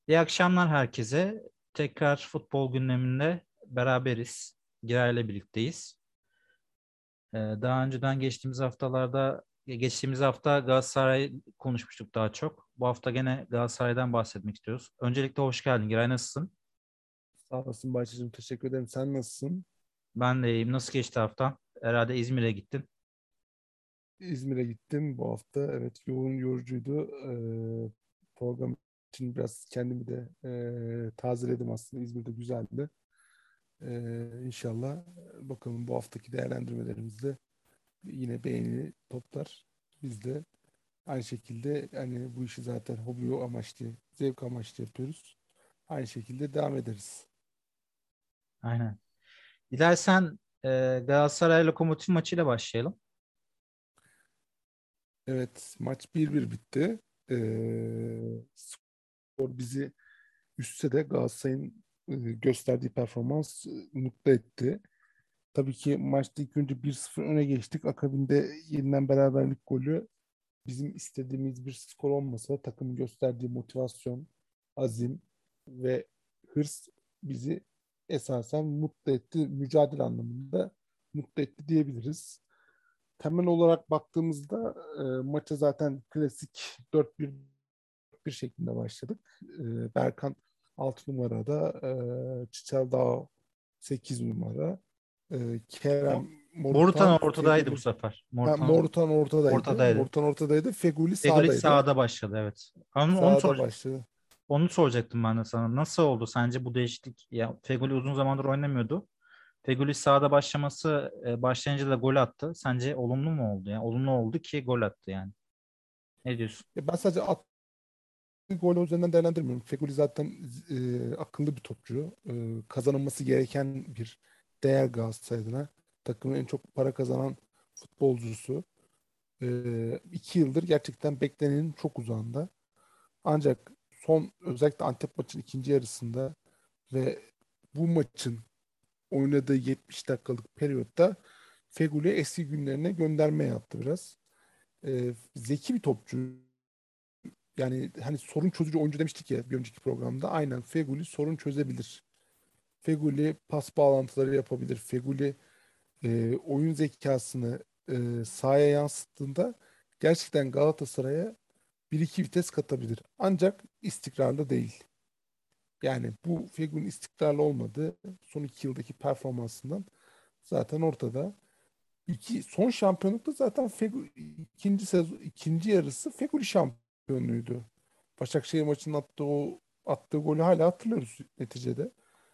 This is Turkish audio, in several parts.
İyi akşamlar herkese. Tekrar futbol gündeminde beraberiz. Giray'la birlikteyiz. Daha önceden geçtiğimiz hafta Galatasaray konuşmuştuk daha çok. Bu hafta gene Galatasaray'dan bahsetmek istiyoruz. Öncelikle hoş geldin. Giray nasılsın? Sağ olasın Bahçeciğim. Teşekkür ederim. Sen nasılsın? Ben de iyiyim. Nasıl geçti hafta? Herhalde İzmir'e gittin. İzmir'e gittim bu hafta. Evet, yoğun yorucuydu. Program için biraz kendimi de tazeledim aslında. İzmir'de güzeldi. İnşallah bakalım bu haftaki değerlendirmelerimizde yine beğeni toplar. Biz de aynı şekilde hani bu işi zaten hobi amaçlı, zevk amaçlı yapıyoruz. Aynı şekilde devam ederiz. Aynen. Dilersen Galatasaray Lokomotiv maçıyla başlayalım. Evet, maç 1-1 bitti. Skor bizi üstse de Galatasaray'ın gösterdiği performans mutlu etti. Tabii ki maçta ilk önce 1-0 öne geçtik. Akabinde yeniden beraberlik golü bizim istediğimiz bir skor olmasa da takımın gösterdiği motivasyon, azim ve hırs bizi esasen mutlu etti. Mücadele anlamında mutlu etti diyebiliriz. Temel olarak baktığımızda maça zaten klasik 4-1 bir şeklinde başladık. Berkan 6 numarada, Çiçeldao 8 numara, Mo- Kerem, Morutan Morutan, ortadaydı bu Feguli. sefer. Ha, Morutan Morutan ortadaydı. ortadaydı. Morutan ortadaydı. Feguli Feguli sağdaydı. sağda başladı, evet. Onu Sağda soracağım. başladı. Onu soracaktım ben de sana. Nasıl oldu sence bu değişiklik? Ya Feguli uzun zamandır oynamıyordu. Feguli sahada başlayınca da gol attı. Sence olumlu mu oldu? Yani olumlu oldu ki gol attı yani. Ne diyorsun? Ben sadece attığı gol üzerinden değerlendirmiyorum. Feguli zaten akıllı bir topçu. Kazanılması gereken bir değer Galatasaray adına. Takımın en çok para kazanan futbolcusu. 2 yıldır gerçekten beklenenin çok uzağında. Ancak son özellikle Antep maçın ikinci yarısında ve bu maçın oynadığı 70 dakikalık periyotta Feguli eski günlerine gönderme yaptı biraz. Zeki bir topçu. Yani hani sorun çözücü oyuncu demiştik ya bir önceki programda. Aynen Feguli sorun çözebilir. Feguli pas bağlantıları yapabilir. Feguli oyun zekasını sahaya yansıttığında gerçekten Galatasaray'a bir iki vites katabilir. Ancak istikrarlı değil. Yani bu Fegül'ün istikrarlı olmadığı son 2 yıldaki performansından zaten ortada. Son şampiyonlukta zaten Fegül, ikinci yarısı Fegül şampiyonluğuydu. Başakşehir maçının attığı golü hala hatırlıyoruz neticede.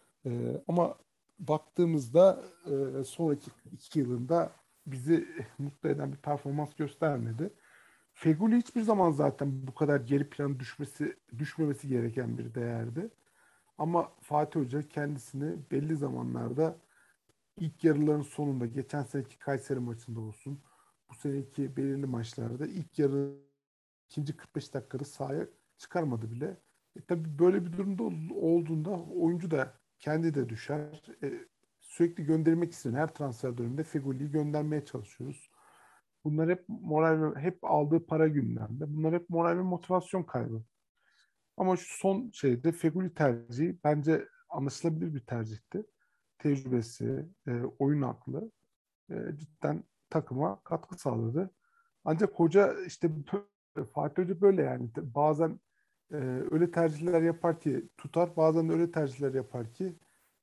Ama baktığımızda sonraki 2 yılında bizi mutlu eden bir performans göstermedi. Feguli hiçbir zaman zaten bu kadar geri plana düşmemesi gereken bir değerdi. Ama Fatih Hoca kendisini belli zamanlarda ilk yarıların sonunda geçen seneki Kayseri maçında olsun bu seneki belirli maçlarda ilk yarı ikinci 45 dakikada sahaya çıkarmadı bile. Tabii böyle bir durumda olduğunda oyuncu da kendi de düşer. Sürekli göndermek istiyor. Her transfer döneminde Fegoli'yi göndermeye çalışıyoruz. Bunlar hep moral ve hep aldığı para gündemde. Bunlar hep moral ve motivasyon kaybı. Ama şu son şeyde Feguli tercihi bence anlaşılabilir bir tercihti. Tecrübesi, oyun aklı cidden takıma katkı sağladı. Ancak hoca işte Fatih Hoca böyle yani bazen öyle tercihler yapar ki tutar, bazen de öyle tercihler yapar ki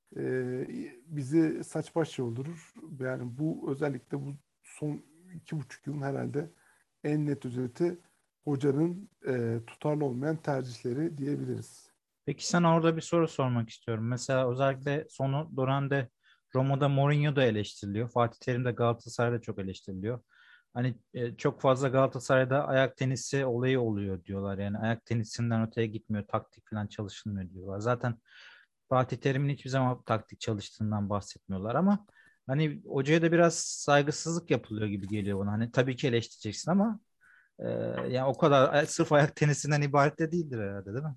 bizi saç baş yoldurur. Yani bu özellikle bu son 2,5 yılın herhalde en net özeti hocanın tutarlı olmayan tercihleri diyebiliriz. Peki sana orada bir soru sormak istiyorum. Mesela özellikle sonu dönemde Roma'da Mourinho da eleştiriliyor. Fatih Terim de Galatasaray'da çok eleştiriliyor. Hani çok fazla Galatasaray'da ayak tenisi olayı oluyor diyorlar. Yani ayak tenisinden öteye gitmiyor, taktik falan çalışılmıyor diyorlar. Zaten Fatih Terim'in hiçbir zaman taktik çalıştığından bahsetmiyorlar ama hani hocaya da biraz saygısızlık yapılıyor gibi geliyor bana. Hani tabii ki eleştireceksin ama e, yani o kadar sırf ayak tenisinden ibaret de değildir herhalde, değil mi?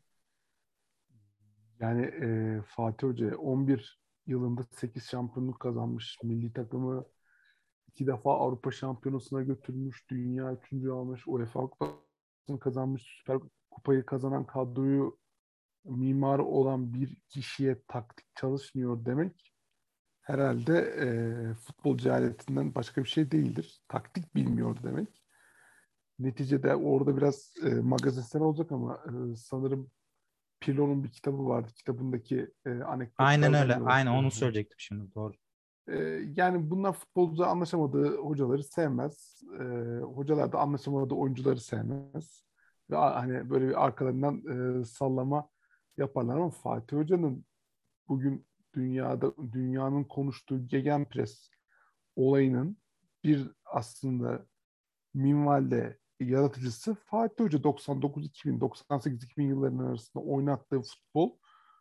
Yani Fatih Hoca 11 yılında 8 şampiyonluk kazanmış. Milli takımı 2 defa Avrupa Şampiyonası'na götürmüş. Dünya üçüncü almış. UEFA Kupası'nı kazanmış. Süper Kupayı kazanan kadroyu mimarı olan bir kişiye taktik çalışmıyor demek herhalde futbol cehaletinden başka bir şey değildir. Taktik bilmiyor demek. Neticede orada biraz magazinsel olacak ama sanırım Pirlo'nun bir kitabı vardı. Kitabındaki Aynen anekdotlardan öyle. yola Aynen çıkarak onu söylüyorum. söyleyecektim şimdi. Doğru. E, Yani bunlar futbolcuda anlaşamadığı hocaları sevmez. Hocalar da anlaşamadığı oyuncuları sevmez. Ve hani böyle bir arkalarından sallama yaparlar ama Fatih Hoca'nın bugün dünyanın konuştuğu gegenpress olayının bir aslında minvalde yaratıcısı Fatih Hoca. 99-2000, 98-2000 yıllarının arasında oynattığı futbol,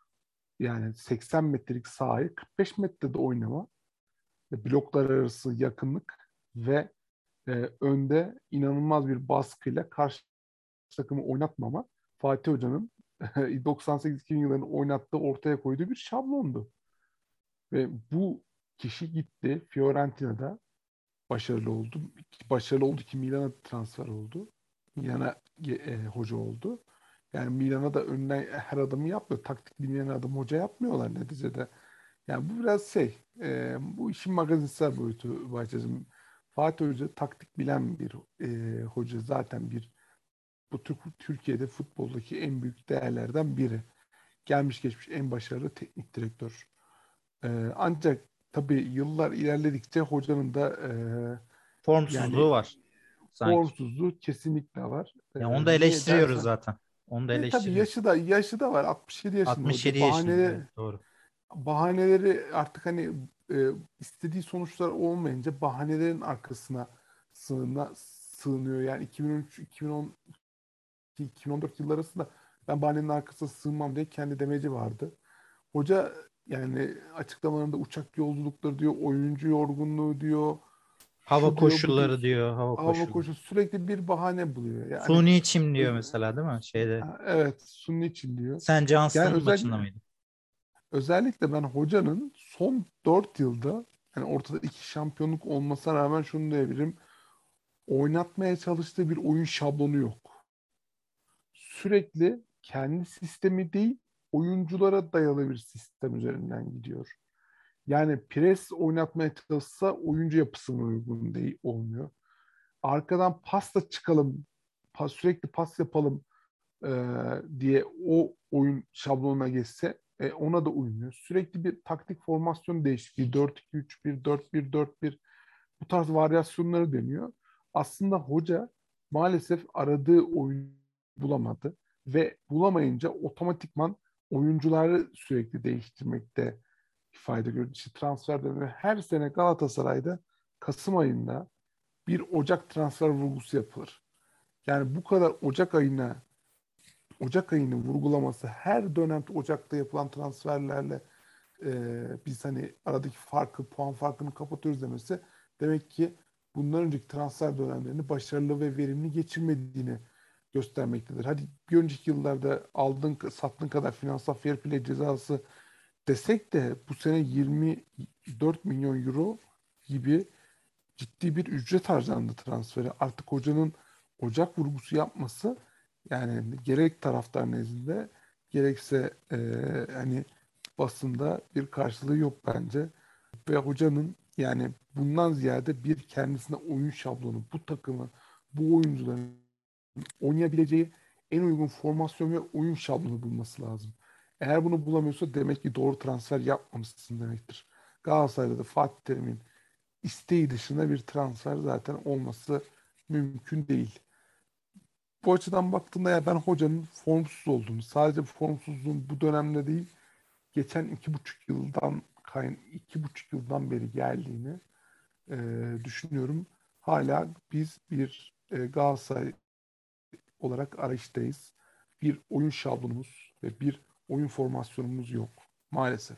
yani 80 metrelik sahayı 45 metrede oynama, bloklar arası yakınlık ve önde inanılmaz bir baskıyla karşı takımı oynatmama Fatih Hoca'nın 98-2000 yıllarında oynattığı, ortaya koyduğu bir şablondu. Ve bu kişi gitti Fiorentina'da başarılı oldu. Başarılı oldu ki Milan'a transfer oldu. Milan'a hoca oldu. Yani Milan'a da önüne her adamı yapmıyor. Taktik bilmeyen adam hoca yapmıyorlar neticede. Yani bu biraz bu işin magazinsel boyutu Bahçeciğim. Fatih Hoca taktik bilen bir hoca, zaten Türkiye'de futboldaki en büyük değerlerden biri. Gelmiş geçmiş en başarılı teknik direktör. Ancak tabii yıllar ilerledikçe hocanın da Formsuzluğu yani var sanki. formsuzluğu kesinlikle var. Ya onu da Niye eleştiriyoruz dersen, zaten. Onu da tabii eleştiriyoruz. yaşı da var. 67 yaşında 67 hoca. yaşında. Evet, doğru. Bahaneleri artık hani istediği sonuçlar olmayınca bahanelerin arkasına sığınıyor. Yani 2013, 2010, 2014 yılları arasında ben bahanenin arkasına sığınmam diye kendi demeci vardı. Hoca yani açıklamalarında uçak yolculukları diyor, oyuncu yorgunluğu diyor, Hava şu diyor, bu diyor, koşulları diyor. Hava hava koşulları. koşu, sürekli bir bahane buluyor. Yani Suni çim diyor öz- mesela değil mi? Şeyde. evet, Sunni için diyor. Sen Yani Johnston'un maçında mıydı? özellikle ben hocanın son 4 yılda, yani ortada 2 şampiyonluk olmasına rağmen şunu diyebilirim. Oynatmaya çalıştığı bir oyun şablonu yok. Sürekli kendi sistemi değil, oyunculara dayalı bir sistem üzerinden gidiyor. Yani pres oynatmaya çalışsa oyuncu yapısına uygun değil, olmuyor. Arkadan pasla çıkalım, sürekli pas yapalım e, diye o oyun şablonuna geçse ona da uymuyor. Sürekli bir taktik formasyon değişikliği, 4-2-3-1, 4-1-4-1, bu tarz varyasyonları deniyor. Aslında hoca maalesef aradığı oyunu bulamadı ve bulamayınca otomatikman oyuncuları sürekli değiştirmekte fayda gördü. İşte transfer dönemi her sene Galatasaray'da Kasım ayında bir Ocak transfer vurgusu yapılır. Yani bu kadar Ocak ayını vurgulaması, her dönem Ocak'ta yapılan transferlerle biz hani aradaki farkı, puan farkını kapatıyoruz demesi, demek ki bundan önceki transfer dönemlerini başarılı ve verimli geçirmediğini göstermektedir. Hadi bir önceki yıllarda aldığın, sattığın kadar finansal fair play cezası desek de bu sene 24 milyon euro gibi ciddi bir ücret harcandı transferi. Artık hocanın Ocak vurgusu yapması, yani gerek taraftar nezdinde gerekse hani basında bir karşılığı yok bence. Ve hocanın yani bundan ziyade bir kendisine oyun şablonu, bu takımı, bu oyuncuların oynayabileceği en uygun formasyon ve oyun şablonu bulması lazım. Eğer bunu bulamıyorsa demek ki doğru transfer yapmamışsın demektir. Galatasaray'da da Fatih Terim'in isteği dışında bir transfer zaten olması mümkün değil. Bu açıdan baktığımda ya ben hocanın formsuz olduğunu, sadece formsuzluğun bu dönemde değil, geçen 2,5 yıldan beri geldiğini düşünüyorum. Hala biz bir Galatasaray olarak arayıştayız. Bir oyun şablonumuz ve bir oyun formasyonumuz yok maalesef.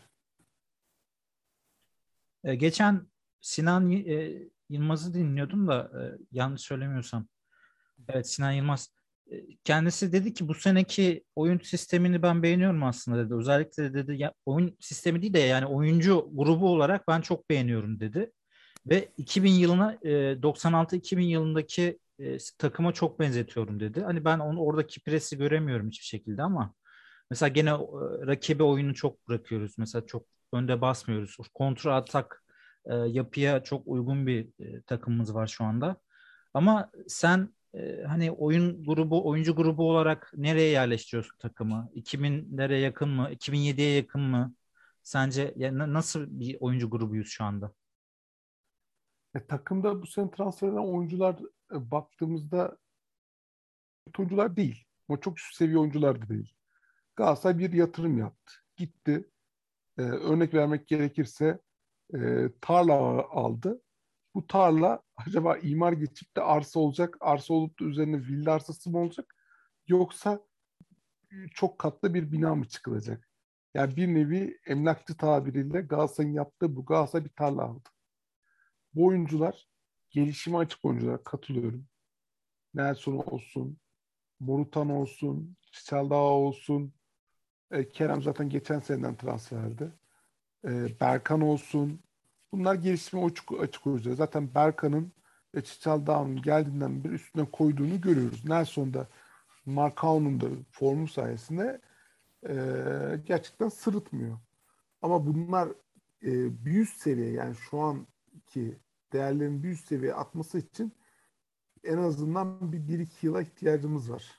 Geçen Sinan Yılmaz'ı dinliyordum da yanlış söylemiyorsam. Evet, Sinan Yılmaz. Kendisi dedi ki bu seneki oyun sistemini ben beğeniyorum aslında dedi. Özellikle dedi ya, oyun sistemi değil de yani oyuncu grubu olarak ben çok beğeniyorum dedi. Ve 2000 yılına 96-2000 yılındaki takıma çok benzetiyorum dedi. Hani ben onu oradaki presi göremiyorum hiçbir şekilde ama Mesela gene rakibe oyunu çok bırakıyoruz. Mesela çok önde basmıyoruz. Kontra atak yapıya çok uygun bir takımımız var şu anda. Ama sen hani oyuncu grubu olarak nereye yerleştiriyorsun takımı? 2000'lere yakın mı? 2007'ye yakın mı? Sence nasıl bir oyuncu grubuyuz şu anda? Takımda bu sene transfer eden oyuncular baktığımızda kötü oyuncular değil. Ama çok üst seviye oyuncular da değil. Galatasaray bir yatırım yaptı. Gitti. Örnek vermek gerekirse tarla aldı. Bu tarla acaba imar geçip de arsa olacak, arsa olup da üzerine villa arsası mı olacak? Yoksa çok katlı bir bina mı çıkılacak? Yani bir nevi emlakçı tabiriyle Galatasaray'ın yaptığı bu. Galatasaray bir tarla aldı. Bu oyuncular gelişime açık oyuncular, katılıyorum. Nelson olsun, Morutan olsun, Çaldağ olsun. Kerem zaten geçen seneden transferdi. Berkan olsun. Bunlar gelişime açık oyuncular. Zaten Berkan'ın ve Çaldağ'ın geldiğinden beri üstüne koyduğunu görüyoruz. Nelson'da Markao'nun da formu sayesinde gerçekten sırıtmıyor. Ama bunlar bir üst seviye, yani şu anki değerlerin bir üst seviyeye atması için en azından bir iki yıla ihtiyacımız var.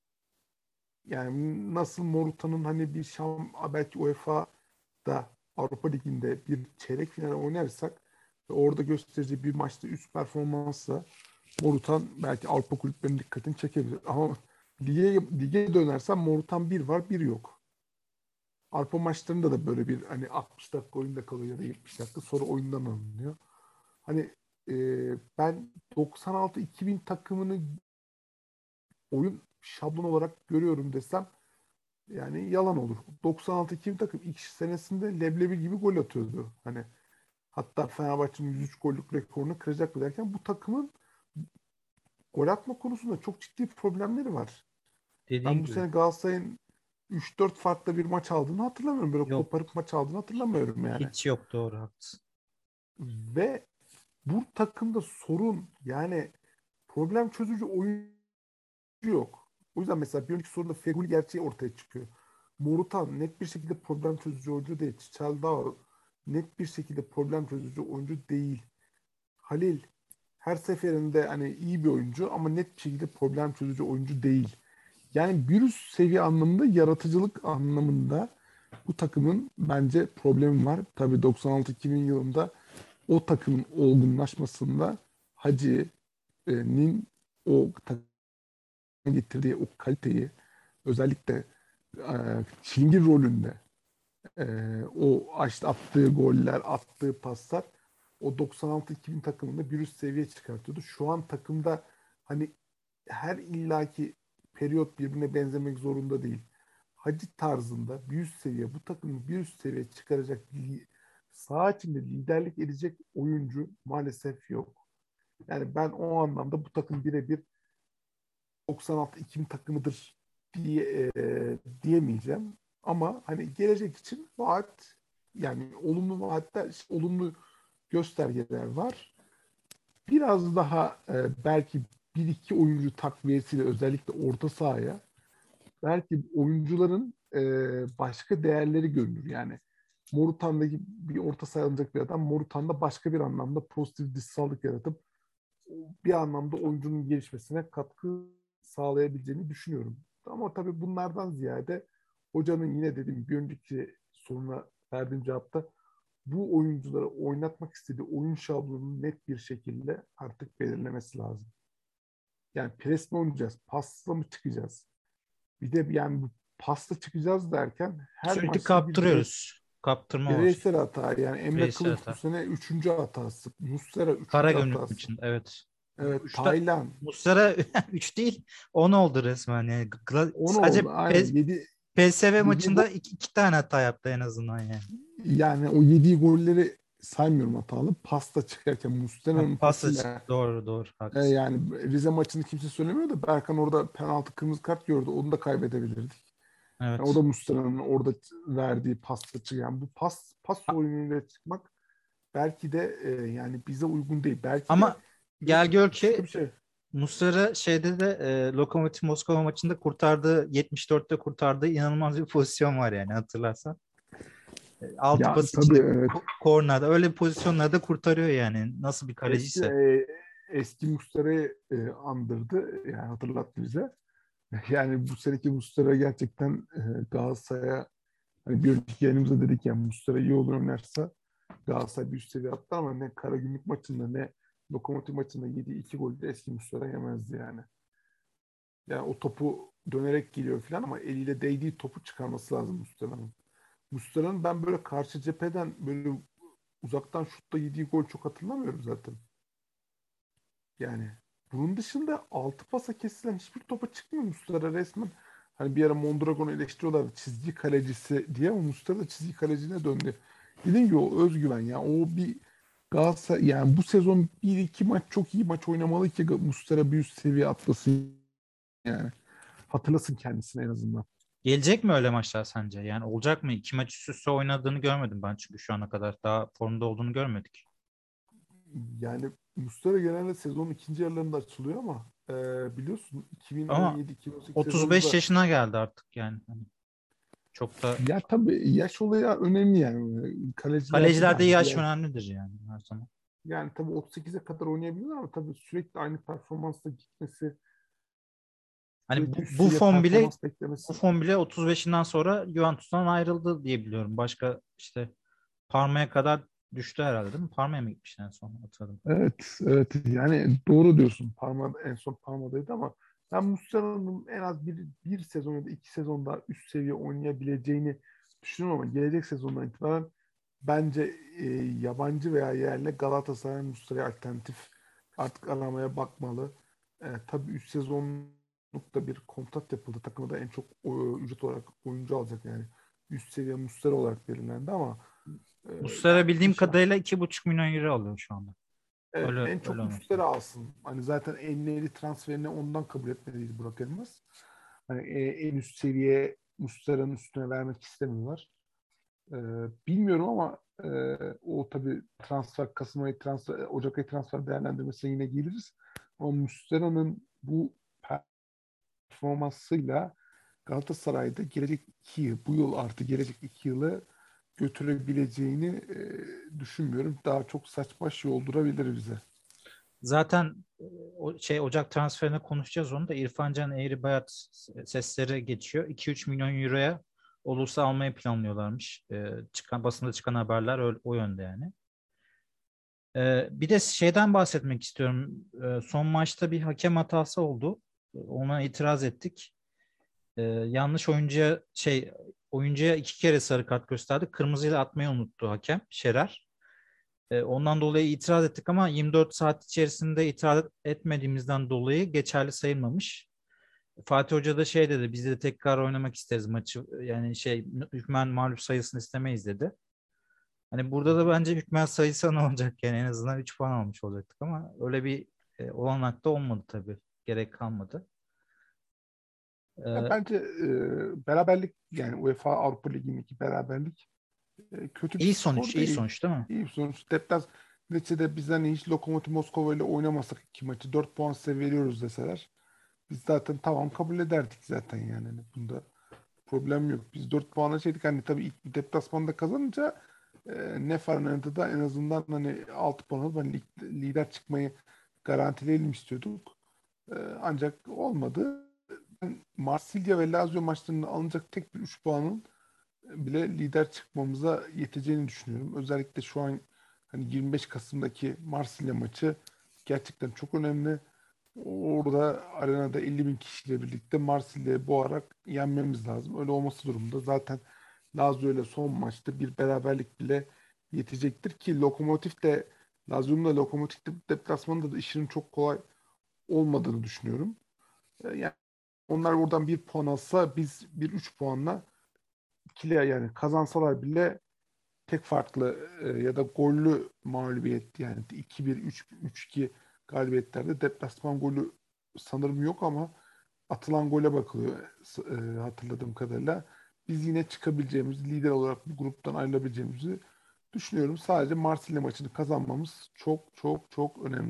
Yani nasıl Morutan'ın hani bir belki UEFA'da Avrupa Ligi'nde bir çeyrek final oynarsak ve orada göstereceği bir maçta üst performansla Morutan belki Avrupa kulüplerinin dikkatini çekebilir. Ama lige dönersen Morutan bir var bir yok. Avrupa maçlarında da böyle bir hani 60 dakika oyunda kalıyor ya da 70 dakika sonra oyundan alınıyor. Hani e, ben 96-2000 takımını oyun şablon olarak görüyorum desem yani yalan olur. 96-2000 takım ilk senesinde leblebi gibi gol atıyordu. Hani hatta Fenerbahçe'nin 103 gollük rekorunu kıracak mı derken bu takımın gol atma konusunda çok ciddi problemleri var. Dediğin Ben bu gibi. sene Galatasaray'ın 3-4 farklı bir maç aldığını hatırlamıyorum. Böyle Yok. koparıp maç aldığını hatırlamıyorum yani. Hiç yok, doğru, haklısın. Ve bu takımda sorun, yani problem çözücü oyuncu yok. O yüzden mesela bir önceki sorunda Feguli gerçeği ortaya çıkıyor. Morutan net bir şekilde problem çözücü oyuncu değil. Çaldao net bir şekilde problem çözücü oyuncu değil. Halil her seferinde hani iyi bir oyuncu ama net bir şekilde problem çözücü oyuncu değil. Yani bir üst seviye anlamında, yaratıcılık anlamında bu takımın bence problemi var. Tabii 96-2000 yılında o takımın olgunlaşmasında Hacı'nin o takımın getirdiği o kaliteyi, özellikle çilingir rolünde o işte attığı goller, attığı paslar o 96-2000 takımında bir üst seviye çıkartıyordu. Şu an takımda hani her illaki periyot birbirine benzemek zorunda değil. Hacı tarzında bir üst seviye, bu takımı bir üst seviye çıkaracak, saha içinde liderlik edecek oyuncu maalesef yok. Yani ben o anlamda bu takım birebir 96-2000 takımıdır diyemeyeceğim. Ama hani gelecek için vaat, yani olumlu vaatler, olumlu göstergeler var. Biraz daha belki bir iki oyuncu takviyesiyle özellikle orta sahaya belki oyuncuların başka değerleri görünür. Yani Morutan'daki bir orta saha alınacak bir adam Morutan'da başka bir anlamda pozitif dışsallık yaratıp bir anlamda oyuncunun gelişmesine katkı sağlayabileceğini düşünüyorum. Ama tabii bunlardan ziyade hocanın, yine dediğim bir önceki soruna verdiğim cevapta, bu oyuncuları oynatmak istediği oyun şablonunu net bir şekilde artık belirlemesi lazım. Yani pres mi oynayacağız, pasla mı çıkacağız? Bir de yani bu pasla çıkacağız derken her Sürekli maçta kaptırıyoruz. Kaptırma var. bireysel hata. Yani Emre Bireysel Kılınç bu hata. sene üçüncü hatası. Muslera üçüncü Karagümrük hatası. için, evet. Evet, Uçta Taylan Muslera 3 değil 10 oldu resmen. Yani on sadece oldu. Aynen. Yedi PSV yedi maçında iki tane hata yaptı en azından yani. yani o yediği golleri saymıyorum hatalı. Pasta çıkarken Ha, Muslera'nın pas açık. pasıyla Doğru, doğru, haklısın. yani Rize maçını kimse söylemiyor da Berkan orada penaltı, kırmızı kart gördü. Onu da kaybedebilirdik. Yani o Evet. da Muslera'nın orada verdiği pasta çıkıyor. Yani bu pas A- oyunuyla çıkmak belki de yani bize uygun değil. Belki de Ama bir de gel gör şöyle ki bir şey. Muslera şeyde de Lokomotiv Moskova maçında kurtardığı 74'te kurtardığı inanılmaz bir pozisyon var yani hatırlarsan. Altı Ya pas tabii içinde evet. kornerde öyle pozisyonlarda kurtarıyor yani. Nasıl bir Eski kaleciyse. eski Muslera'yı andırdı. Yani hatırlattı bize. Yani bu seneki Muslera gerçekten Galatasaray'a hani bir önceki yayınımızda dedik ya Muslera iyi olur oynarsa Galatasaray bir üst seviye attı ama ne Karagümrük maçında ne Lokomotiv maçında yediği 2 golü de eski Muslera yemezdi yani. Yani o topu dönerek geliyor falan ama eliyle değdiği topu çıkarması lazım Muslera'nın. Muslera'nın ben böyle karşı cepheden böyle uzaktan şutla yediği gol çok hatırlamıyorum zaten. Yani bunun dışında 6 pasa kesilen hiçbir topa çıkmıyor Muslera resmen. Hani bir ara Mondragon'u eleştiriyorlar çizgi kalecisi diye ama Muslera da çizgi kalecine döndü. Dediğim gibi o özgüven ya. O bir Galatasaray yani bu sezon bir iki maç çok iyi maç oynamalı ki Muslera bir üst seviye atlasın yani. Hatırlasın kendisine en azından. Gelecek mi öyle maçlar sence? Yani olacak mı? 2 maç üst üste oynadığını görmedim ben çünkü şu ana kadar. Daha formda olduğunu görmedik. Yani Muslera genelde sezonun ikinci yarılarında açılıyor ama biliyorsun Ama 2017-2018 35 sezonunda yaşına geldi artık yani. Hani çok da ya tabii yaş olayı önemli yani. Kalecilerde de kalecilerde hani yaş biraz önemlidir yani her zaman. yani tabii 38'e kadar oynayabilir ama tabii sürekli aynı performansla gitmesi, Hani sürekli üst seviye Buffon bile performans beklemesi. 35'inden sonra Juventus'tan ayrıldı diye biliyorum. Başka işte Parma'ya kadar düştü herhalde değil mi? Parma'ya mı gitmişti en son hatırladım. Evet, evet. Yani doğru diyorsun. En son Parma'daydı ama ben Muslera'nın en az bir sezon ya da 2 sezon daha üst seviye oynayabileceğini düşünüyorum ama gelecek sezondan itibaren bence yabancı veya yerli Galatasaray Muslera'ya alternatif artık aramaya bakmalı. Tabii üst sezonlukta bir kontrat yapıldı. Takımda da en çok ücret olarak oyuncu alacak yani. Üst seviye Muslera olarak belirlendi ama Muslera yani bildiğim kadarıyla 2,5 milyon euro alıyor şu anda. evet, Öyle en öyle çok olması üstleri lazım. alsın. Hani zaten En-Nesyri transferini ondan kabul etmediydi Burak Elmas. Hani en üst seviye Muslera'nın üstüne vermek istemiyorlar. E, Bilmiyorum ama o tabii Kasım ayı Ocak ayı transfer değerlendirmesine yine geliriz. Ama Muslera'nın bu performansıyla Galatasaray'da gelecek 2 yıl, bu yıl artı gelecek 2 yılı götürebileceğini düşünmüyorum. Daha çok saç baş yoldurabilir bize. Zaten o şey Ocak transferine konuşacağız onu da İrfan Can Eğribayat sesleri geçiyor. 2-3 milyon euroya olursa almayı planlıyorlarmış. Basında çıkan haberler o yönde yani. Bir de şeyden bahsetmek istiyorum. Son maçta bir hakem hatası oldu. Ona itiraz ettik. Yanlış oyuncuya 2 kere sarı kart gösterdi. Kırmızıyla atmayı unuttu hakem Şerer. Ondan dolayı itiraz ettik ama 24 saat içerisinde itiraz etmediğimizden dolayı geçerli sayılmamış. Fatih Hoca da şey dedi, biz de tekrar oynamak isteriz maçı. Yani hükmen mağlup sayısını istemeyiz dedi. Hani burada da bence hükmen sayısı ne olacak yani en azından 3 puan almış olacaktık ama öyle bir olanak da olmadı tabii. Gerek kalmadı. Ya Ee, bence beraberlik yani UEFA Avrupa Ligi'ndeki beraberlik kötü bir iyi sonuç, skor iyi değil. sonuç değil mi? İyi bir sonuç. Neticede biz hani hiç Lokomotiv Moskova ile oynamasak 2 maçı 4 puan size veriyoruz deseler biz zaten tamam kabul ederdik zaten yani. Hani bunda problem yok. Biz 4 puana şeydik hani tabii ilk bir deplasmanda kazanınca ne Fernand'da da en azından hani 6 puan alıp hani lider çıkmayı garantileyelim istiyorduk. Ancak olmadı. Ben Marsilya ve Lazio maçlarında alınacak tek bir 3 puanın bile lider çıkmamıza yeteceğini düşünüyorum. Özellikle şu an hani 25 Kasım'daki Marsilya maçı gerçekten çok önemli. Orada arenada 50 bin kişiyle birlikte Marsilya'yı boğarak yenmemiz lazım. Öyle olması durumunda zaten Lazio ile son maçta bir beraberlik bile yetecektir ki Lazio'nun da Lokomotiv de deplasmanında da işinin çok kolay olmadığını düşünüyorum. Yani onlar oradan bir puan alsa biz bir 3 puanla ikili yani kazansalar bile tek farklı ya da gollü mağlubiyet yani 2-1, 3-2 galibiyetlerde deplasman golü sanırım yok ama atılan gole bakılıyor hatırladığım kadarıyla. Biz yine çıkabileceğimiz, lider olarak bu gruptan ayrılabileceğimizi düşünüyorum. Sadece Marsilya maçını kazanmamız çok çok çok önemli.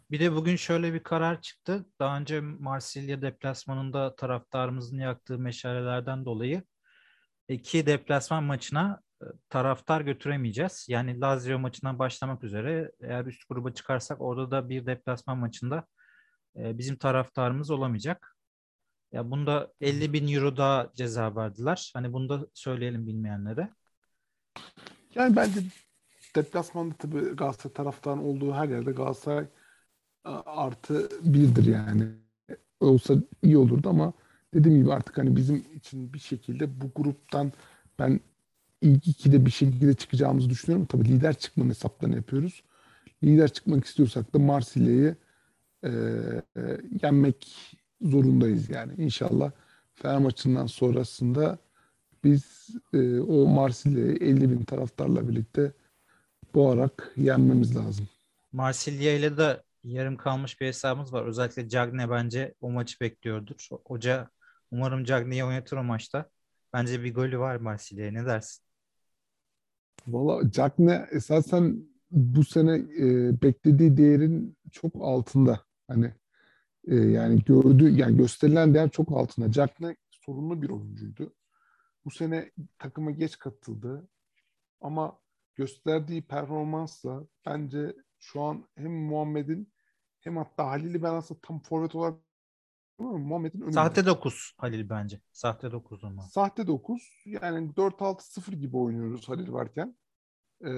Bir de bugün şöyle bir karar çıktı. Daha önce Marsilya deplasmanında taraftarımızın yaktığı meşalelerden dolayı iki deplasman maçına taraftar götüremeyeceğiz. Yani Lazio maçından başlamak üzere eğer üst gruba çıkarsak orada da bir deplasman maçında bizim taraftarımız olamayacak. Ya bunda 50 bin euro daha ceza verdiler. Hani bunu da söyleyelim bilmeyenlere. Yani bence deplasmanda tabii Galatasaray taraftarının olduğu her yerde Galatasaray artı birdir yani. Olsa iyi olurdu ama dediğim gibi artık hani bizim için bir şekilde bu gruptan ben ilk ikide bir şekilde çıkacağımızı düşünüyorum. Tabii lider çıkmanın hesaplarını yapıyoruz. Lider çıkmak istiyorsak da Marsilya'yı e, yenmek zorundayız yani. İnşallah Fener maçından sonrasında biz o Marsilya'yı 50 bin taraftarla birlikte boğarak yenmemiz lazım. Marsilya ile de yarım kalmış bir hesabımız var. Özellikle Cagne bence o maçı bekliyordur. Hoca umarım Cagne'yi oynatır o maçta. Bence bir golü var Marsilya'ya. Ne dersin? Valla Cagne esasen bu sene beklediği değerin çok altında. Hani yani yani gösterilen değer çok altında. Cagne sorunlu bir oyuncuydu. Bu sene takıma geç katıldı ama gösterdiği performansla bence şu an hem Muhammed'in hem hatta Halil'i ben aslında tam forvet olarak ama Muhammed'in önünde. Sahte 9 Halil bence. Sahte 9 ama. Sahte 9 yani 4-6-0 gibi oynuyoruz Halil varken. Ee,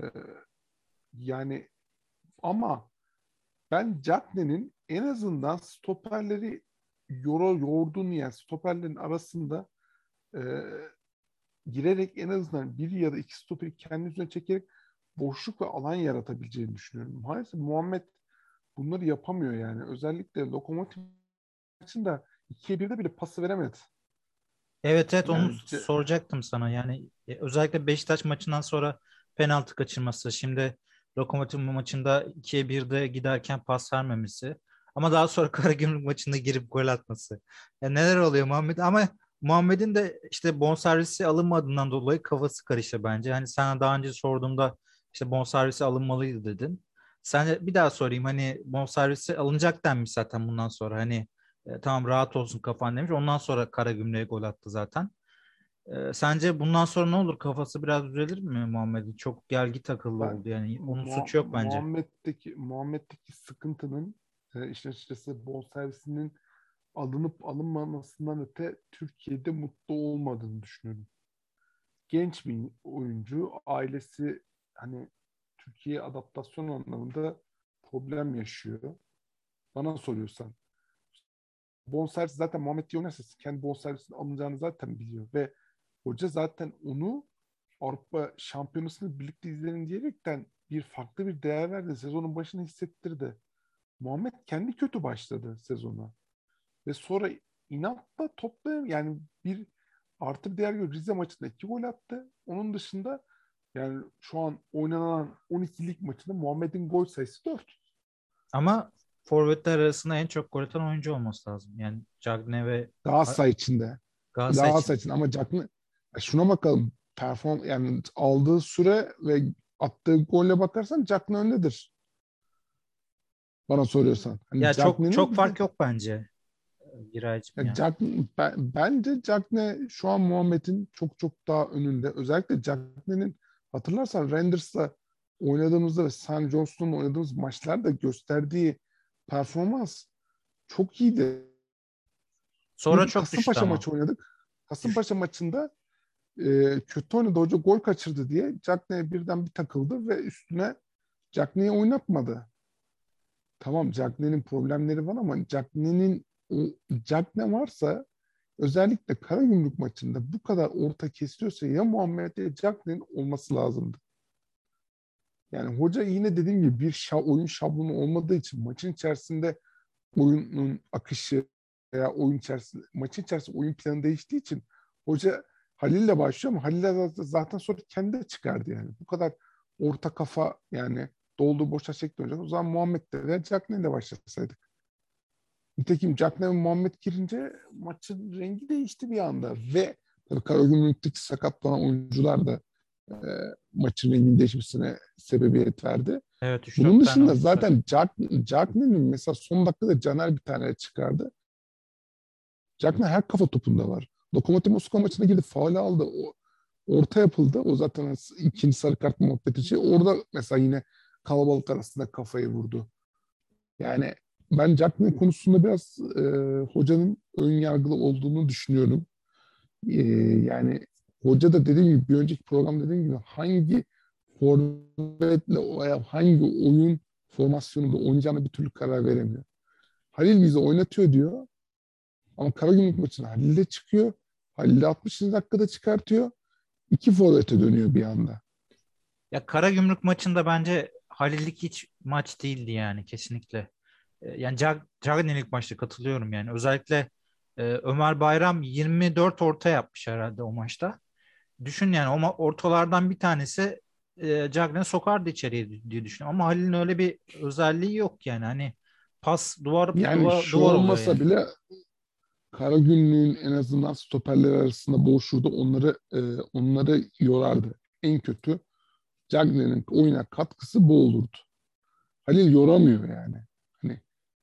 yani ama ben Cagney'in en azından stoperleri yorduğunu yani stoperlerin arasında e, girerek en azından bir ya da iki stoperi kendi üzerine çekerek boşluk ve alan yaratabileceğini düşünüyorum. Maalesef Muhammed bunları yapamıyor yani. Özellikle Lokomotiv maçında 2'ye 1'de bile pası veremedi. Evet, evet, onu Yani soracaktım sana. Yani özellikle Beşiktaş maçından sonra penaltı kaçırması. Şimdi Lokomotiv maçında 2'ye 1'de giderken pas vermemesi. Ama daha sonra Karagümrük maçında girip gol atması. Ya neler oluyor Muhammed? Ama Muhammed'in de işte bonservisi alınmadığından dolayı kafası karıştı bence. Hani sana daha önce sorduğumda işte bonservisi alınmalıydı dedin. Sen bir daha sorayım, hani bonservisi alınacak denmiş zaten bundan sonra. Hani tamam rahat olsun kafan demiş. Ondan sonra Karagümrük'e gol attı zaten. Sence bundan sonra ne olur? Kafası biraz düzelir mi Muhammed'in? Çok gergi takıldı ben oldu yani. Onun suçu yok bence. Muhammed'deki sıkıntının işin açıkçası bonservisinin alınıp alınmamasından öte Türkiye'de mutlu olmadığını düşünüyorum. Genç bir oyuncu, ailesi hani Türkiye adaptasyon anlamında problem yaşıyor. Bana soruyorsan. Bonservis zaten Muhammed Diop oynarsa kendi bonservisinin alınacağını zaten biliyor ve hoca zaten onu Avrupa Şampiyonası'nı birlikte izlenin diyerekten bir farklı bir değer verdi. Sezonun başını hissettirdi. Muhammed kendi kötü başladı sezona. Ve sonra inatla toplayın yani bir artı bir değer göre Rize maçında 2 gol attı. Onun dışında yani şu an oynanan 12 lig maçında Muhammed'in gol sayısı 4. Ama forvetler arasında en çok gol atan oyuncu olması lazım. Yani Cagne ve Galatasaray içinde. Galatasaray Galatasaray için. için ama şuna bakalım yani aldığı süre ve attığı golle bakarsan Cagney öndedir bana soruyorsan. Hani Ya çok Cagney'nin çok bir de fark yok bence Giraycığım ya ya. bence Cagney şu an Muhammed'in çok çok daha önünde. Özellikle Cagney'nin hatırlarsan Rangers'la oynadığımızda ve San Johnston'la oynadığımız maçlarda gösterdiği performans çok iyiydi. Sonra Bir çok düştü Kasımpaşa ama. maçı oynadık. Düş. Kasımpaşa maçında kötü oynadı hoca gol kaçırdı diye Cagney'e birden bir takıldı ve üstüne Cagney'i oynatmadı. Tamam Cagney'in problemleri var ama Cagney varsa özellikle Karagümrük maçında bu kadar orta kesiyorsa ya Muhammed ya Cagney'in olması lazımdı. Yani hoca yine dediğim gibi bir oyun şablonu olmadığı için maçın içerisinde oyunun akışı veya maçın içerisinde oyun planı değiştiği için hoca Halil'le başlıyor ama Halil'le zaten sonra kendi de çıkardı yani. Bu kadar orta kafa yani doldu boşa şekli olacak. O zaman Muhammed'le ve Cagney'le başlasaydık. Nitekim Cagney ve Muhammed girince maçın rengi değişti bir anda ve tabii Karagümrük'teki sakatlanan oyuncular da e, maçın renginin değişmesine sebebiyet verdi. Evet, 3-4 Bunun tane dışında oyuncu sakat. zaten Cagney'in mesela son dakikada Caner bir tane çıkardı. Cagney her kafa topunda var. Lokomotiv Moskova maçına girdi, faul aldı. Orta yapıldı. O zaten ikinci sarı kart muhabbeti şey. Orada mesela yine kalabalık arasında kafayı vurdu. Yani ben Cagney konusunda biraz hocanın ön yargılı olduğunu düşünüyorum. Yani hoca da dediğim gibi bir önceki program dediğim gibi hangi forvetle veya hangi oyun formasyonunda oynayacağına bir türlü karar veremiyor. Halil bizi oynatıyor diyor ama Karagümrük maçına Halil de çıkıyor. Halil de 60. dakikada çıkartıyor. İki forvete dönüyor bir anda. Ya Karagümrük maçında bence Halil'lik hiç maç değildi yani kesinlikle. Yani Cagney'lik maçta katılıyorum yani. Özellikle Ömer Bayram 24 orta yapmış herhalde o maçta. Düşün yani o ortalardan bir tanesi Cagney sokardı içeriye diye düşünüyorum. Ama Halil'in öyle bir özelliği yok yani. Hani pas Yani şu duvar oluyor olmasa yani. bile Karagümrük'ün en azından stoperler arasında boğuşurdu. Onları yorardı. En kötü Cagney'in oyuna katkısı bu olurdu. Halil yoramıyor yani. Hani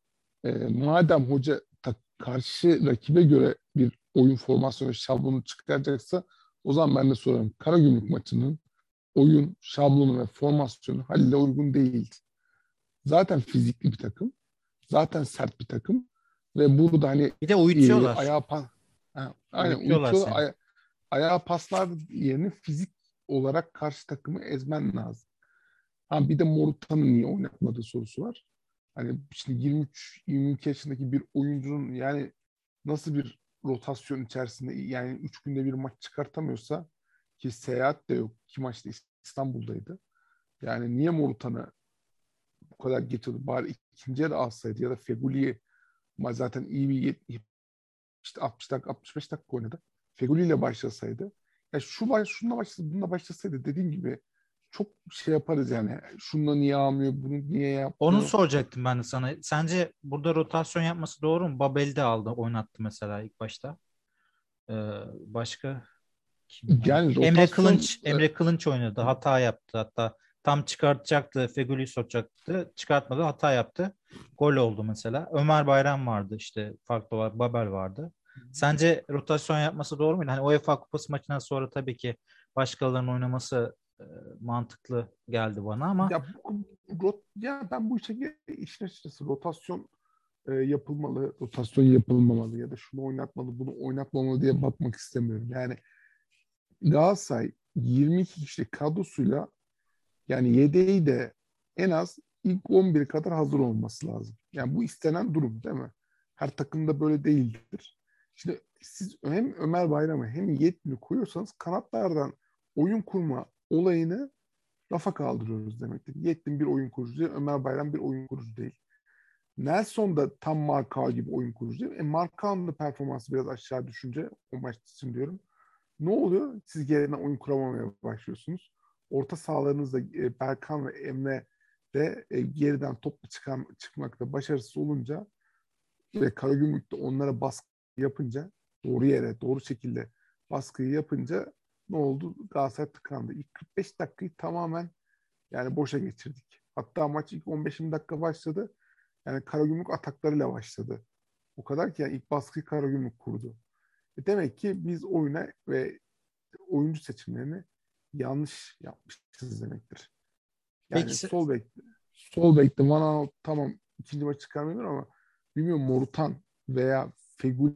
madem hoca karşı rakibe göre bir oyun formasyonu şablonu çıkaracaksa o zaman ben de sorarım. Karagümrük maçının oyun şablonu ve formasyonu Halil'e uygun değil. Zaten fizikli bir takım. Zaten sert bir takım. Ve burada hani Bir de uyutuyorlar. ayağa aynen Uyutuyorlar uyutuyorlar. seni. Ayağa paslar yerine fizik olarak karşı takımı ezmen lazım. Ha bir de Morutan'ı niye oynatmadığı sorusu var. Hani şimdi 23-22 yaşındaki bir oyuncunun yani nasıl bir rotasyon içerisinde yani 3 günde bir maç çıkartamıyorsa ki seyahat de yok. 2 maçta İstanbul'daydı. Yani niye Morutan'ı bu kadar getirdi? Bari ikinciye de alsaydı ya da Feguli'yi zaten iyi bir işte 60 dakika 65 dakika oynadı. Feguli ile başlasaydı ya şununla başlasaydı bununla başlasaydı dediğim gibi çok şey yaparız yani. Şununla niye almıyor, bunu niye Onu yapmıyor? soracaktım ben de sana. Sence burada rotasyon yapması doğru mu? Babel'i de aldı, oynattı mesela ilk başta. Ee, Başka kim var? Yani Emre rotasyon Kılınç, Emre Kılınç oynadı. Hata yaptı hatta. Tam çıkartacaktı. Fegüli'yi sokacaktı. Çıkartmadı. Hata yaptı. Gol oldu mesela. Ömer Bayram vardı işte. Farklı olarak Babel vardı. Sence rotasyon yapması doğru muydu? Hani UEFA Kupası maçından sonra tabii ki başkalarının oynaması mantıklı geldi bana ama ya ben bu işin açıkçası rotasyon yapılmalı, rotasyon yapılmamalı ya da şunu oynatmalı, bunu oynatmamalı diye bakmak istemiyorum. Yani Galatasaray 22 kişilik kadrosuyla yani yedeği de en az ilk 11 kadar hazır olması lazım. Yani bu istenen durum değil mi? Her takımda böyle değildir. Şimdi siz hem Ömer Bayram'ı hem Yetkin'i koyuyorsanız kanatlardan oyun kurma olayını rafa kaldırıyoruz demektir. Yetkin bir oyun kurucu değil, Ömer Bayram bir oyun kurucu değil. Nelson da tam Marka gibi oyun kurucu değil. Markao'nun da performansı biraz aşağı düşünce o maç için diyorum. Ne oluyor? Siz geriden oyun kuramamaya başlıyorsunuz. Orta sahalarınızda Berkan ve Emre de geriden toplu çıkmakta başarısız olunca ve Karagümrük de onlara baskı yapınca doğru yere, doğru şekilde baskıyı yapınca ne oldu? Galatasaray tıkandı. İlk 45 dakikayı tamamen yani boşa geçirdik. Hatta maç ilk 15-20 dakika başladı. Yani Karagümrük ataklarıyla başladı. O kadar ki yani ilk baskıyı Karagümrük kurdu. Demek ki biz oyuna ve oyuncu seçimlerini yanlış yapmışız demektir. peki Yani sol bekte Van Aanholt tamam ikinci maç çıkarmıyor ama bilmiyorum Morutan veya Feguli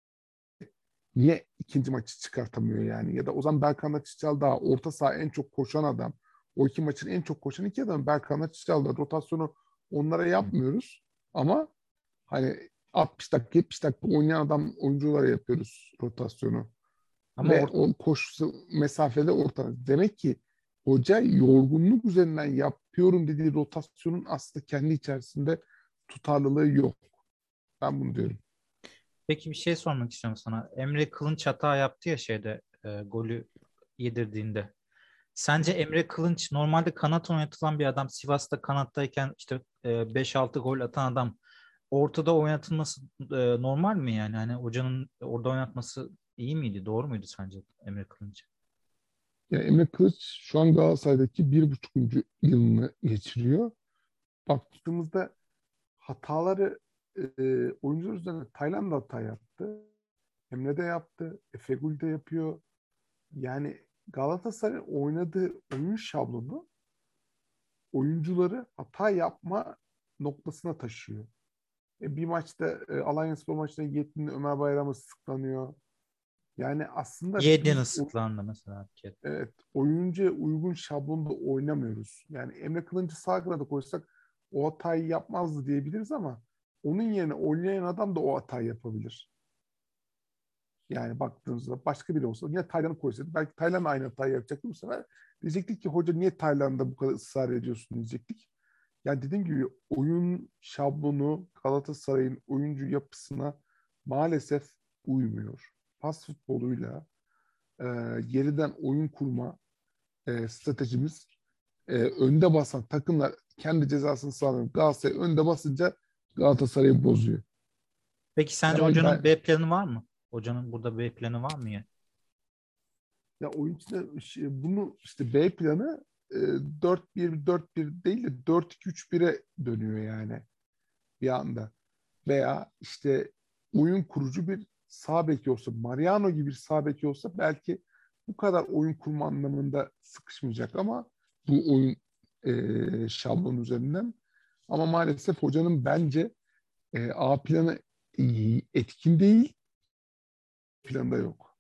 niye ikinci maçı çıkartamıyor yani? Ya da Ozan Berkan'la Çiçal daha orta saha en çok koşan adam. O iki maçın en çok koşan iki adam Berkan'la Çiçal'da. Rotasyonu onlara yapmıyoruz. Ama hani 60 dakika 70 dakika oynayan adam oyunculara yapıyoruz rotasyonu. ama Ve o koşu mesafede orta. Demek ki hoca yorgunluk üzerinden yapıyorum dediği rotasyonun aslında kendi içerisinde tutarlılığı yok. Ben bunu diyorum. peki bir şey sormak istiyorum sana. Emre Kılınç hata yaptı ya şeyde golü yedirdiğinde. Sence Emre Kılınç normalde kanat oynatılan bir adam, Sivas'ta kanattayken işte 5-6 gol atan adam ortada oynatılması normal mi yani? Hani hocanın orada oynatması iyi miydi? Doğru muydu sence Emre Kılınç? Ya Emre Kılıç şu an Galatasaray'daki 1,5. yılını geçiriyor. Baktığımızda hataları oyuncular üzerine Tayland da hata yaptı. Emre de yaptı. Fegül de yapıyor. Yani Galatasaray'ın oynadığı oyun şablonu oyuncuları hata yapma noktasına taşıyor. Bir maçta Alanyaspor maçında Yettin'le Ömer Bayram'ı sıklanıyor. Yani aslında Yedlin biz ıslıklandı mesela bir kere. evet, oyuncuya uygun şablonda oynamıyoruz. Yani Emre Kılınç'ı sağ kanada koysak o hatayı yapmazdı diyebiliriz ama onun yerine oynayan adam da o hatayı yapabilir. Yani baktığınızda başka biri olsa yine Taylan'ı koysaydı belki Taylan aynı hatayı yapacaktı bu sefer. Diyecektik ki hoca niye Taylan'da bu kadar ısrar ediyorsun diyecektik. Yani dediğim gibi oyun şablonu Galatasaray'ın oyuncu yapısına maalesef uymuyor. Pas futboluyla e, geriden oyun kurma stratejimiz önde basan takımlar kendi cezasını sağlıyor. Galatasaray önde basınca Galatasaray'ı bozuyor. Peki sence Yani hocanın ben B planı var mı? Hocanın burada B planı var mı ya? ya oyun içinde bunu işte B planı 4-1-4-1 değil de 4-2-3-1'e dönüyor yani bir anda. Veya işte oyun kurucu bir sağ beki olsa, Mariano gibi bir sağ beki olsa belki bu kadar oyun kurma anlamında sıkışmayacak ama bu oyun şablon üzerinden. Ama maalesef hocanın bence A planı etkin değil, planda yok.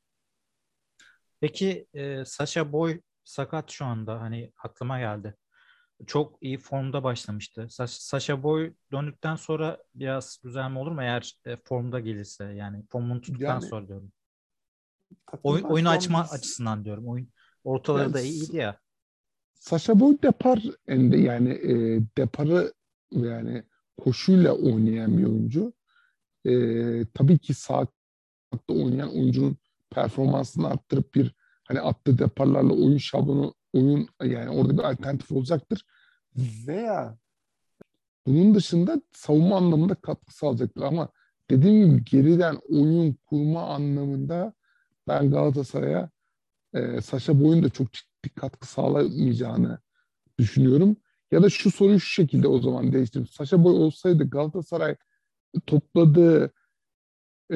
Peki Sasha Boy sakat şu anda. Hani aklıma geldi. Çok iyi formda başlamıştı. Sasha Boy döndükten sonra biraz düzelme olur mu eğer formda gelirse, yani formunu tuttuktan Yani sonra diyorum. takımdan Oyun şu an açma biz açısından diyorum. Ortaları yani da iyiydi ya. Sasha Boy depar yani deparı yani koşuyla oynayan bir oyuncu. Tabii ki sağ hatta oynayan oyuncunun performansını arttırıp bir hani attığı deparlarla oyun şablonu oyun yani orada bir alternatif olacaktır. Veya bunun dışında savunma anlamında katkı sağlayacaktır ama dediğim gibi geriden oyun kurma anlamında ben Galatasaray'a Saşa Boy'un da çok ciddi katkı sağlamayacağını düşünüyorum. Ya da şu soruyu şu şekilde o zaman değiştireyim. Saşa Boy olsaydı Galatasaray topladığı e,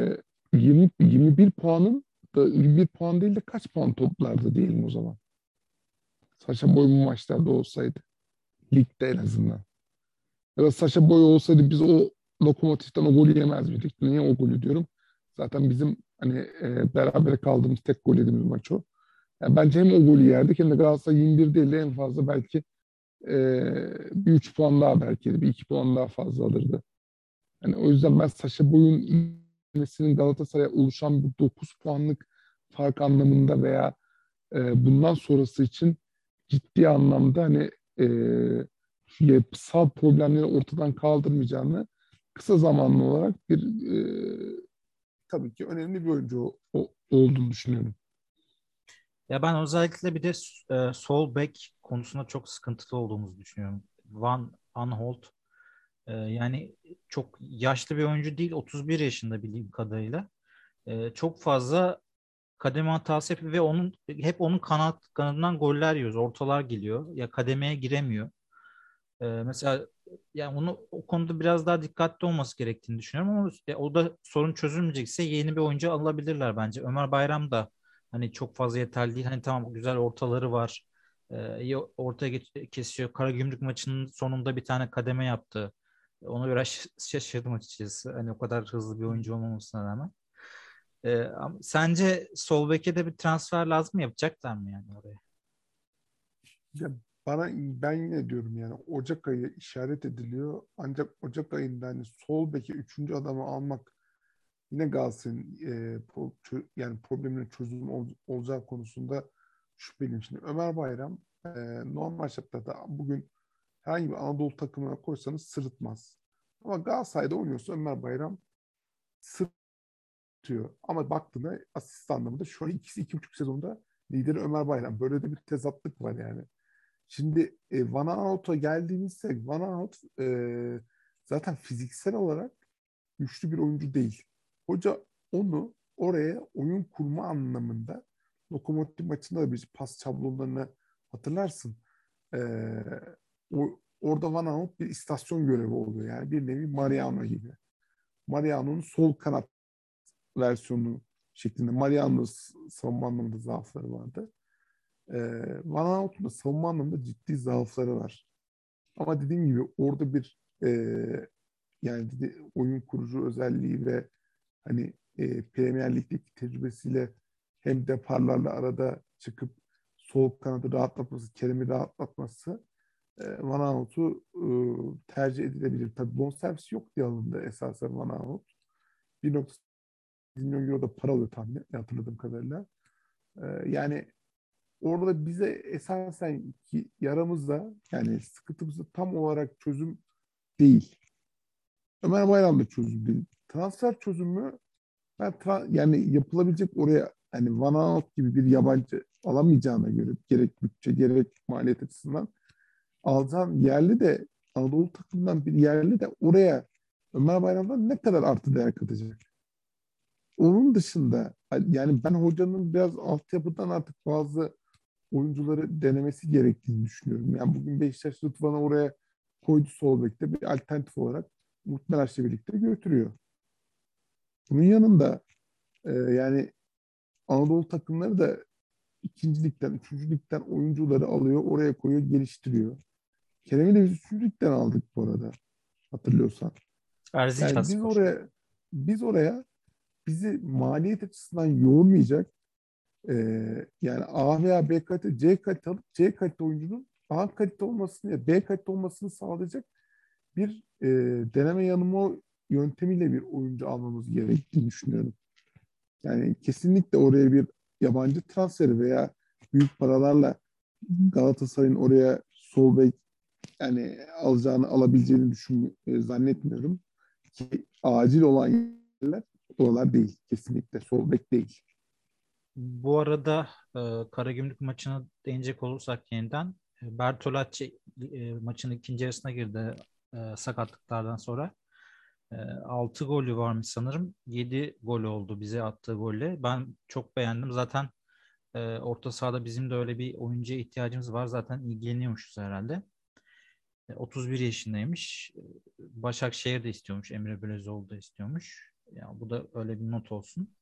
21 puanın da 21 puan değil de kaç puan toplardı diyelim o zaman. Saşa Boy bu maçlarda olsaydı. Ligde en azından. Ya da Saşa Boy olsaydı biz o Lokomotif'ten o golü yemez miydik? Niye o golü diyorum? Zaten bizim hani berabere kaldığımız tek gol yediğimiz maç o. Yani bence hem o golü yerdik hem de Galatasaray 21 değil de en fazla belki bir 3 puan daha belki bir 2 puan daha fazla alırdı. Yani o yüzden ben Saşa Boy'un ilmesinin Galatasaray'a oluşan bu 9 puanlık fark anlamında veya bundan sonrası için ciddi anlamda hani e, şu yapısal problemleri ortadan kaldırmayacağını kısa zamanlı olarak bir tabii ki önemli bir oyuncu olduğunu düşünüyorum. Ya ben özellikle bir de sol bek konusunda çok sıkıntılı olduğumuzu düşünüyorum. Van Aanholt yani çok yaşlı bir oyuncu değil, 31 yaşında bildiğim kadarıyla. Çok fazla kademe hatası yapıyor ve hep onun kanadından goller yiyoruz. Ortalar geliyor. Ya kademeye giremiyor. Mesela yani o konuda biraz daha dikkatli olması gerektiğini düşünüyorum ama o da sorun çözülmeyecekse yeni bir oyuncu alabilirler bence. Ömer Bayram da hani çok fazla yeterli değil. Hani tamam, güzel ortaları var. İyi ortaya kesiyor. Karagümrük maçının sonunda bir tane kademe yaptı. Ona biraz şaşırdım açıkçası. Hani o kadar hızlı bir oyuncu olmamasına rağmen. Ama sence sol beke de bir transfer lazım mı? Yapacaklar mı yani oraya? Ya ben yine diyorum yani Ocak ayı işaret ediliyor. Ancak Ocak ayında hani sol beke üçüncü adamı almak yine Galatasaray'ın yani probleminin çözüm olacağı konusunda şüpheliyim. Şimdi Ömer Bayram normal şartlarda bugün herhangi bir Anadolu takımına koysanız sırıtmaz. Ama Galatasaray'da oynuyorsa Ömer Bayram sırıtıyor. Ama baktığında asist anlamında şu an ikisi 2,5 sezonda lideri Ömer Bayram. Böyle de bir tezatlık var yani. Şimdi Van Aanholt'a geldiğimizde Van Aanholt zaten fiziksel olarak güçlü bir oyuncu değil. Hoca onu oraya oyun kurma anlamında Lokomotiv maçında da bir pas şablonlarını hatırlarsın. Ee, orada Van Aanholt bir istasyon görevi oluyor. Yani bir nevi Mariano gibi. Mariano'nun sol kanat versiyonu şeklinde. Mariano'nun savunma anlamında zaafları vardı. Van Aanholt'un da savunma anlamında ciddi zaafları var. Ama dediğim gibi orada bir yani oyun kurucu özelliği ve hani Premier Lig'deki tecrübesiyle hem deparlarla arada çıkıp sol kanadı rahatlatması, Kerem'i rahatlatması Van Aanholt'u tercih edilebilir. Tabii bonservisi yok diye alındı esasen Van Aanholt. 1,8 milyon euro da para alıyor tahmin hatırladığım kadarıyla. Yani orada bize esasen ki yaramızda yani sıkıntımızda tam olarak çözüm değil. Ömer Bayram da çözüm değil. Transfer çözümü yani yapılabilecek oraya hani Van Aanholt gibi bir yabancı alamayacağına göre gerek bütçe gerek maliyet açısından alacağın yerli de Anadolu takımından bir yerli de oraya Ömer Bayram'dan ne kadar artı değer katacak? Onun dışında yani ben hocanın biraz altyapıdan artık bazı oyuncuları denemesi gerektiğini düşünüyorum. Yani bugün Beşiktaş Rıdvan'ı oraya koydu sol bekte bir alternatif olarak Mutmelaş'la birlikte götürüyor. Bunun yanında yani Anadolu takımları da ikinci ligden, üçüncü ligden oyuncuları alıyor, oraya koyuyor, geliştiriyor. Kerem'i de biz üçüncü ligden aldık bu arada hatırlıyorsan. Yani Erzincanspor. biz oraya bizi maliyet açısından yormayacak yani A veya B kalite, C kalite alıp C kalite oyuncunun A kalite olmasını ya B kalite olmasını sağlayacak bir deneme yanılma yöntemiyle bir oyuncu almamız gerektiğini düşünüyorum. Yani kesinlikle oraya bir yabancı transferi veya büyük paralarla Galatasaray'ın oraya sol bek yani alacağını alabileceğini zannetmiyorum. Ki acil olan yerler oralar değil. Kesinlikle sol bek değil. Bu arada Karagümrük maçına değinecek olursak yeniden Bertolacci maçın ikinci yarısına girdi sakatlıklardan sonra. 6 golü varmış sanırım. 7 gol oldu bize attığı golle. Ben çok beğendim. Zaten orta sahada bizim de öyle bir oyuncuya ihtiyacımız var. Zaten ilgileniyormuşuz herhalde. 31 yaşındaymış. Başakşehir de istiyormuş. Emre Belözoğlu da istiyormuş. Ya bu da öyle bir not olsun.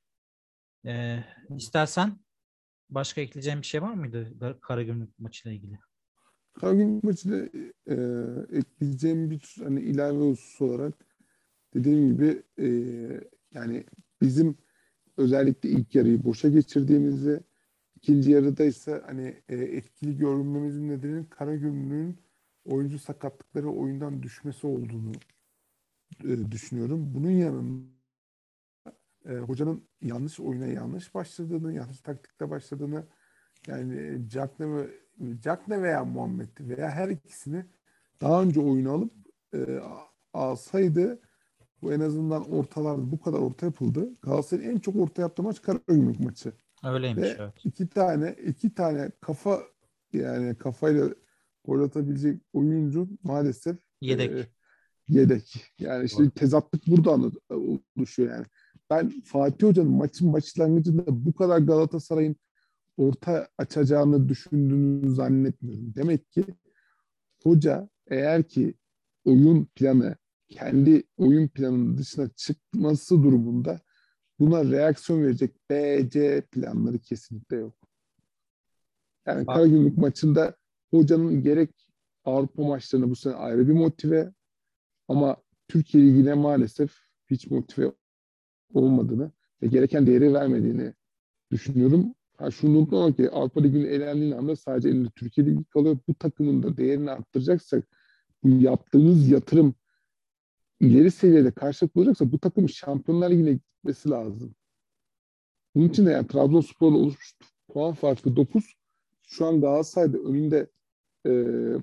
İstersen başka ekleyeceğim bir şey var mıydı Karagümrük maçıyla ilgili? Karagümrük maçıyla ekleyeceğim bir hani ilave husus olarak dediğim gibi yani bizim özellikle ilk yarıyı boşa geçirdiğimizi ikinci yarıda ise hani etkili görünmemizin nedeni Karagümrük'ün oyuncu sakatlıkları oyundan düşmesi olduğunu düşünüyorum. Bunun yanında hocanın yanlış oyuna yanlış başladığını, yanlış taktikte başladığını yani Cagne veya Muhammed veya her ikisini daha önce oyunu alıp alsaydı bu en azından ortalarda bu kadar orta yapıldı. Galatasaray'ın en çok orta yaptığı maç Karagümrük maçı. Öyleymiş, Ve evet. iki tane yani kafayla gol atabilecek oyuncu maalesef Yedek. yedek. Yani işte Doğru. tezatlık burada oluşuyor yani. Ben Fatih Hoca'nın maçın başlangıcında bu kadar Galatasaray'ın orta açacağını düşündüğünü zannetmiyorum. Demek ki hoca eğer ki oyun planı kendi oyun planının dışına çıkması durumunda buna reaksiyon verecek B, C planları kesinlikle yok. Yani Bak, Karagümrük maçında hocanın gerek Avrupa maçlarına bu sene ayrı bir motive ama Türkiye Ligi'ne maalesef hiç motive olmadığını ve gereken değeri vermediğini düşünüyorum. Ha, şunu unutmamak ki Avrupa Ligi'nin elendiği anda sadece elinde Türkiye Ligi kalıyor. Bu takımın da değerini arttıracaksak bu yaptığımız yatırım ileri seviyede karşılık bulacaksa bu takımın Şampiyonlar Ligi'ne gitmesi lazım. Bunun için de yani Trabzonspor'la oluşmuş puan farkı 9. Şu an Galatasaray'da önünde e,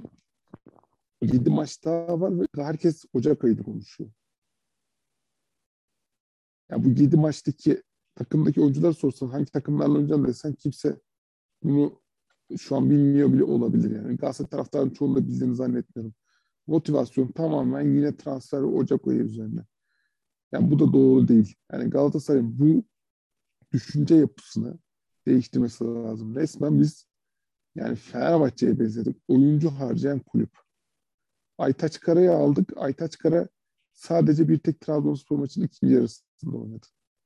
7 maç daha var ve herkes Ocak ayını konuşuyor. Yani bu 7 maçtaki takımdaki oyuncular sorsan hangi takımlarla oynayacağını desen kimse bunu şu an bilmiyor bile olabilir yani. Galatasaray taraftarının çoğunu da bildiğini zannetmiyorum. Motivasyon tamamen yine transfer ve Ocak ayı üzerine. Yani bu da doğru değil. Yani Galatasaray'ın bu düşünce yapısını değiştirmesi lazım. Resmen biz yani Fenerbahçe'ye benzedik. Oyuncu harcayan kulüp. Aytaç Kara'yı aldık. Aytaç Kara sadece bir tek Trabzonspor maçının ikinci yarısında oynadı.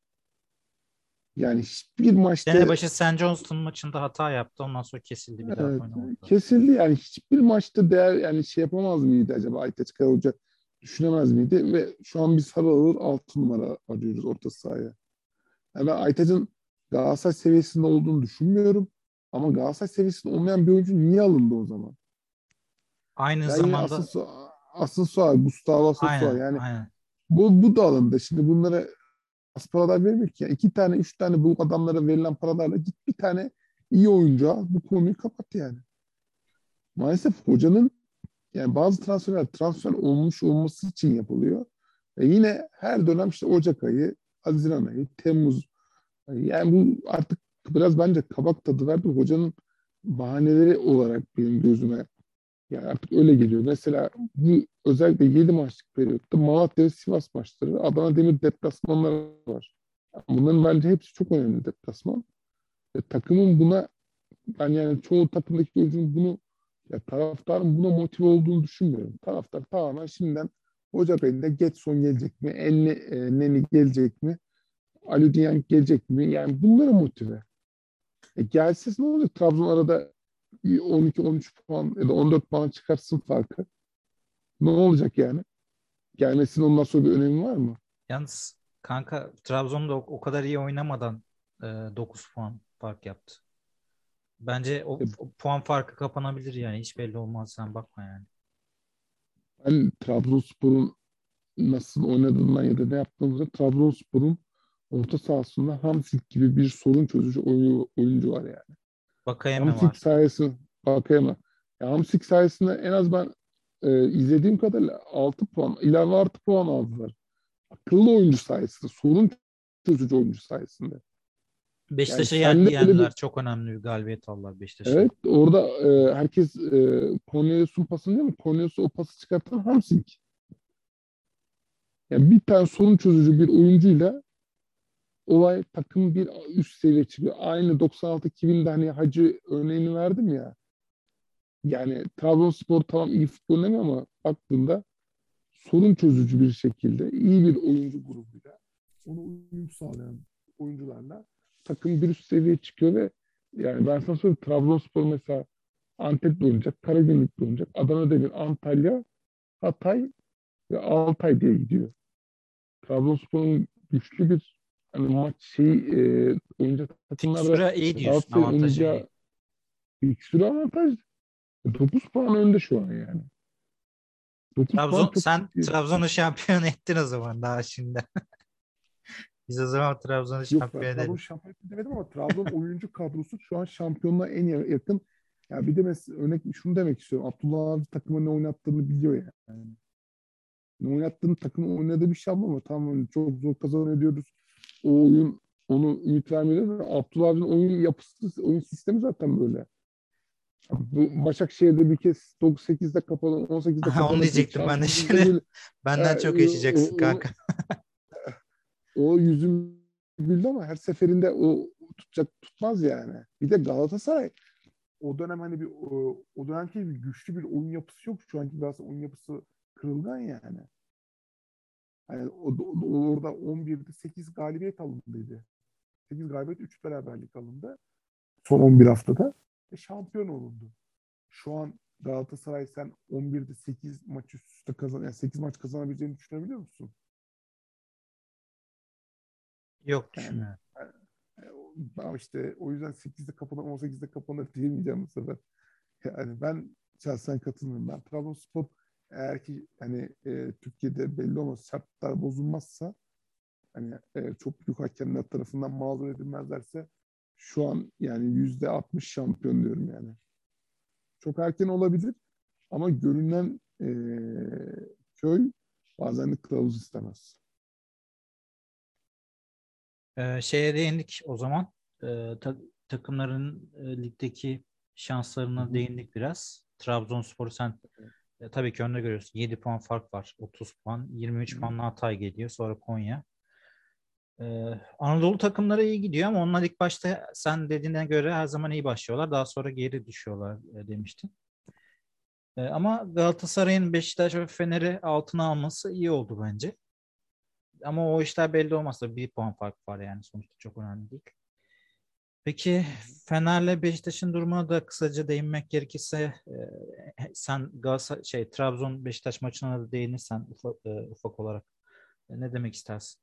Yani hiçbir maçta Sene başı St. Johnston maçında hata yaptı. Ondan sonra kesildi. Bir daha evet, oynamadı. kesildi. Yani hiçbir maçta değer yani şey yapamaz mıydı acaba Aytaç Kara Hoca düşünemez miydi? Ve şu an biz harıl harıl 6 numara arıyoruz orta sahaya. Yani ben Aytaç'ın Galatasaray seviyesinde olduğunu düşünmüyorum. Ama Galatasaray seviyesinde olmayan bir oyuncu niye alındı o zaman? Aynı Ya yine zamanda asıl sual Gustavo asıl sual. aynen Yani aynen. bu da alındı. Şimdi bunlara az paralar vermiyor ki. Yani 2 tane, 3 tane bu adamlara verilen paralarla git bir tane iyi oyuncu al. Bu konuyu kapat yani. Maalesef hocanın yani bazı transferler transfer olmuş olması için yapılıyor. Yine her dönem işte Ocak ayı, Haziran ayı, Temmuz ayı. Yani bu artık biraz bence kabak tadı verdi. Hocanın bahaneleri olarak benim gözüme yani artık öyle geliyor. Mesela bu özellikle 7 maçlık periyotta Malatya ve Sivas maçları, Adana Demir deplasmanları var. Bunların bence hepsi çok önemli deplasman. Takımın buna ben yani çoğu takımdaki oyuncunun bunu ya taraftarın buna motive olduğunu düşünmüyorum. Taraftar tamamen şimdiden Ocak ayında Getson gelecek mi? Neni gelecek mi? Ali Dieng gelecek mi? Yani bunlara motive. Gelse ne olacak? Trabzon arada 12-13 puan ya da 14 puan çıkarsın farkı. Ne olacak yani? Gelmesinin ondan sonra bir önemi var mı? Yalnız kanka Trabzon'da o kadar iyi oynamadan 9 puan fark yaptı. Bence E, o puan farkı kapanabilir yani. Hiç belli olmaz. Sen bakma yani. Ben Trabzonspor'un nasıl oynadığından ya da ne yaptığımızda Trabzonspor'un orta sahasında Hamsik gibi bir sorun çözücü oyuncu var yani. Vakayeme Hamsik var. sayesinde bakayım. Ya Hamsik sayesinde en az ben izlediğim kadarıyla 6 puan, ilave artı puan aldılar. Akıllı oyuncu sayesinde, sorun çözücü oyuncu sayesinde. Yani Beşiktaş'a sende öyle bir yendiler. Çok önemli bir galibiyet aldılar Beşiktaş'a. evet orada herkes Cornelius'un pasını değil mi? Cornelius'a o pası çıkartan Hamsik. Yani bir tane sorun çözücü bir oyuncuyla olay takım bir üst seviye çıkıyor. Aynı 96-2000'de hani Hacı örneğini verdim ya. Yani Trabzonspor tamam iyi futbol oynamıyor ama baktığında sorun çözücü bir şekilde iyi bir oyuncu grubuyla onu uyum sağlayan oyuncularla takım bir üst seviyeye çıkıyor ve yani ben sana söyleyeyim Trabzonspor mesela Antep'te oynayacak, Karagümrük'te oynayacak, Adana Demir, Antalya, Hatay ve Altay diye gidiyor. Trabzonspor'un güçlü bir hani maç oynayacak takımlarda Fikstüre iyi diyorsun. Galatasaray'ın Avantajı iyi. oynayacağı bir sürü avantaj. 9 puan önde şu an yani. 9 puan çok Sen ciddi. Trabzon'u şampiyon ettin o zaman daha şimdi. Biz o zaman Trabzon'u Yok ben şampiyon Trabzon edelim. şampiyon demedim ama Trabzon oyuncu kadrosu şu an şampiyonluğa en yakın. Ya bir de örnek şunu demek istiyorum. Abdullah Avcı takımı ne oynattığını biliyor yani. Ne oynattığını takımın oynadığı bir şey ama tamam hani çok zor kazanıyor diyoruz. O oyun onu ümit vermiyor da Abdullah Avcı'nın oyun yapısı, oyun sistemi zaten böyle. Bu Başakşehir'de bir kez 98'de kapanan, 18'de Aha, onu kapanan ilk diyecektim ben de şampiyonluğunda şimdi. böyle Benden çok yaşayacaksın o, kanka. o yüzüm güldü ama her seferinde o tutacak tutmaz yani. Bir de Galatasaray o dönem hani o dönemki gibi güçlü bir oyun yapısı yok. Şu anki Galatasaray oyun yapısı kırılgan yani. Yani orada 11'de 8 galibiyet alındıydı. 8 galibiyet 3 beraberlik alındı. Son 11 haftada şampiyon olundu. Şu an Galatasaray sen 11'de 8 maç üst üste yani 8 maç kazanabileceğini düşünebiliyor musun? Yok Yani düşünmüyorum. ben işte o yüzden 8'de kapanır 18'de kapanır diyemeyeceğim bu sefer. Yani ben şahsen katılmıyorum. Ben Trabzonspor eğer ki hani Türkiye'de belli olmaz şartlar bozulmazsa hani çok büyük hakemler tarafından mağdur edilmezlerse şu an yani %60 şampiyon diyorum yani. Çok erken olabilir ama görünen köy bazen de kılavuz istemez. Şeye değindik o zaman. Takımların ligdeki Hı şanslarına hı. değindik biraz. Trabzonspor'u sen tabii ki önde görüyorsun. 7 puan fark var. 30 puan. 23 puanla Hatay geliyor. Sonra Konya. Anadolu takımları iyi gidiyor ama onlar ilk başta sen dediğine göre her zaman iyi başlıyorlar. Daha sonra geri düşüyorlar demiştin. Ama Galatasaray'ın Beşiktaş ve Fener'i altına alması iyi oldu bence. Ama o işler belli olmazsa bir puan fark var yani sonuçta çok önemli değil. Peki Fener'le Beşiktaş'ın durumuna da kısaca değinmek gerekirse sen Trabzon Beşiktaş maçına da değinirsen ufak olarak ne demek istersin?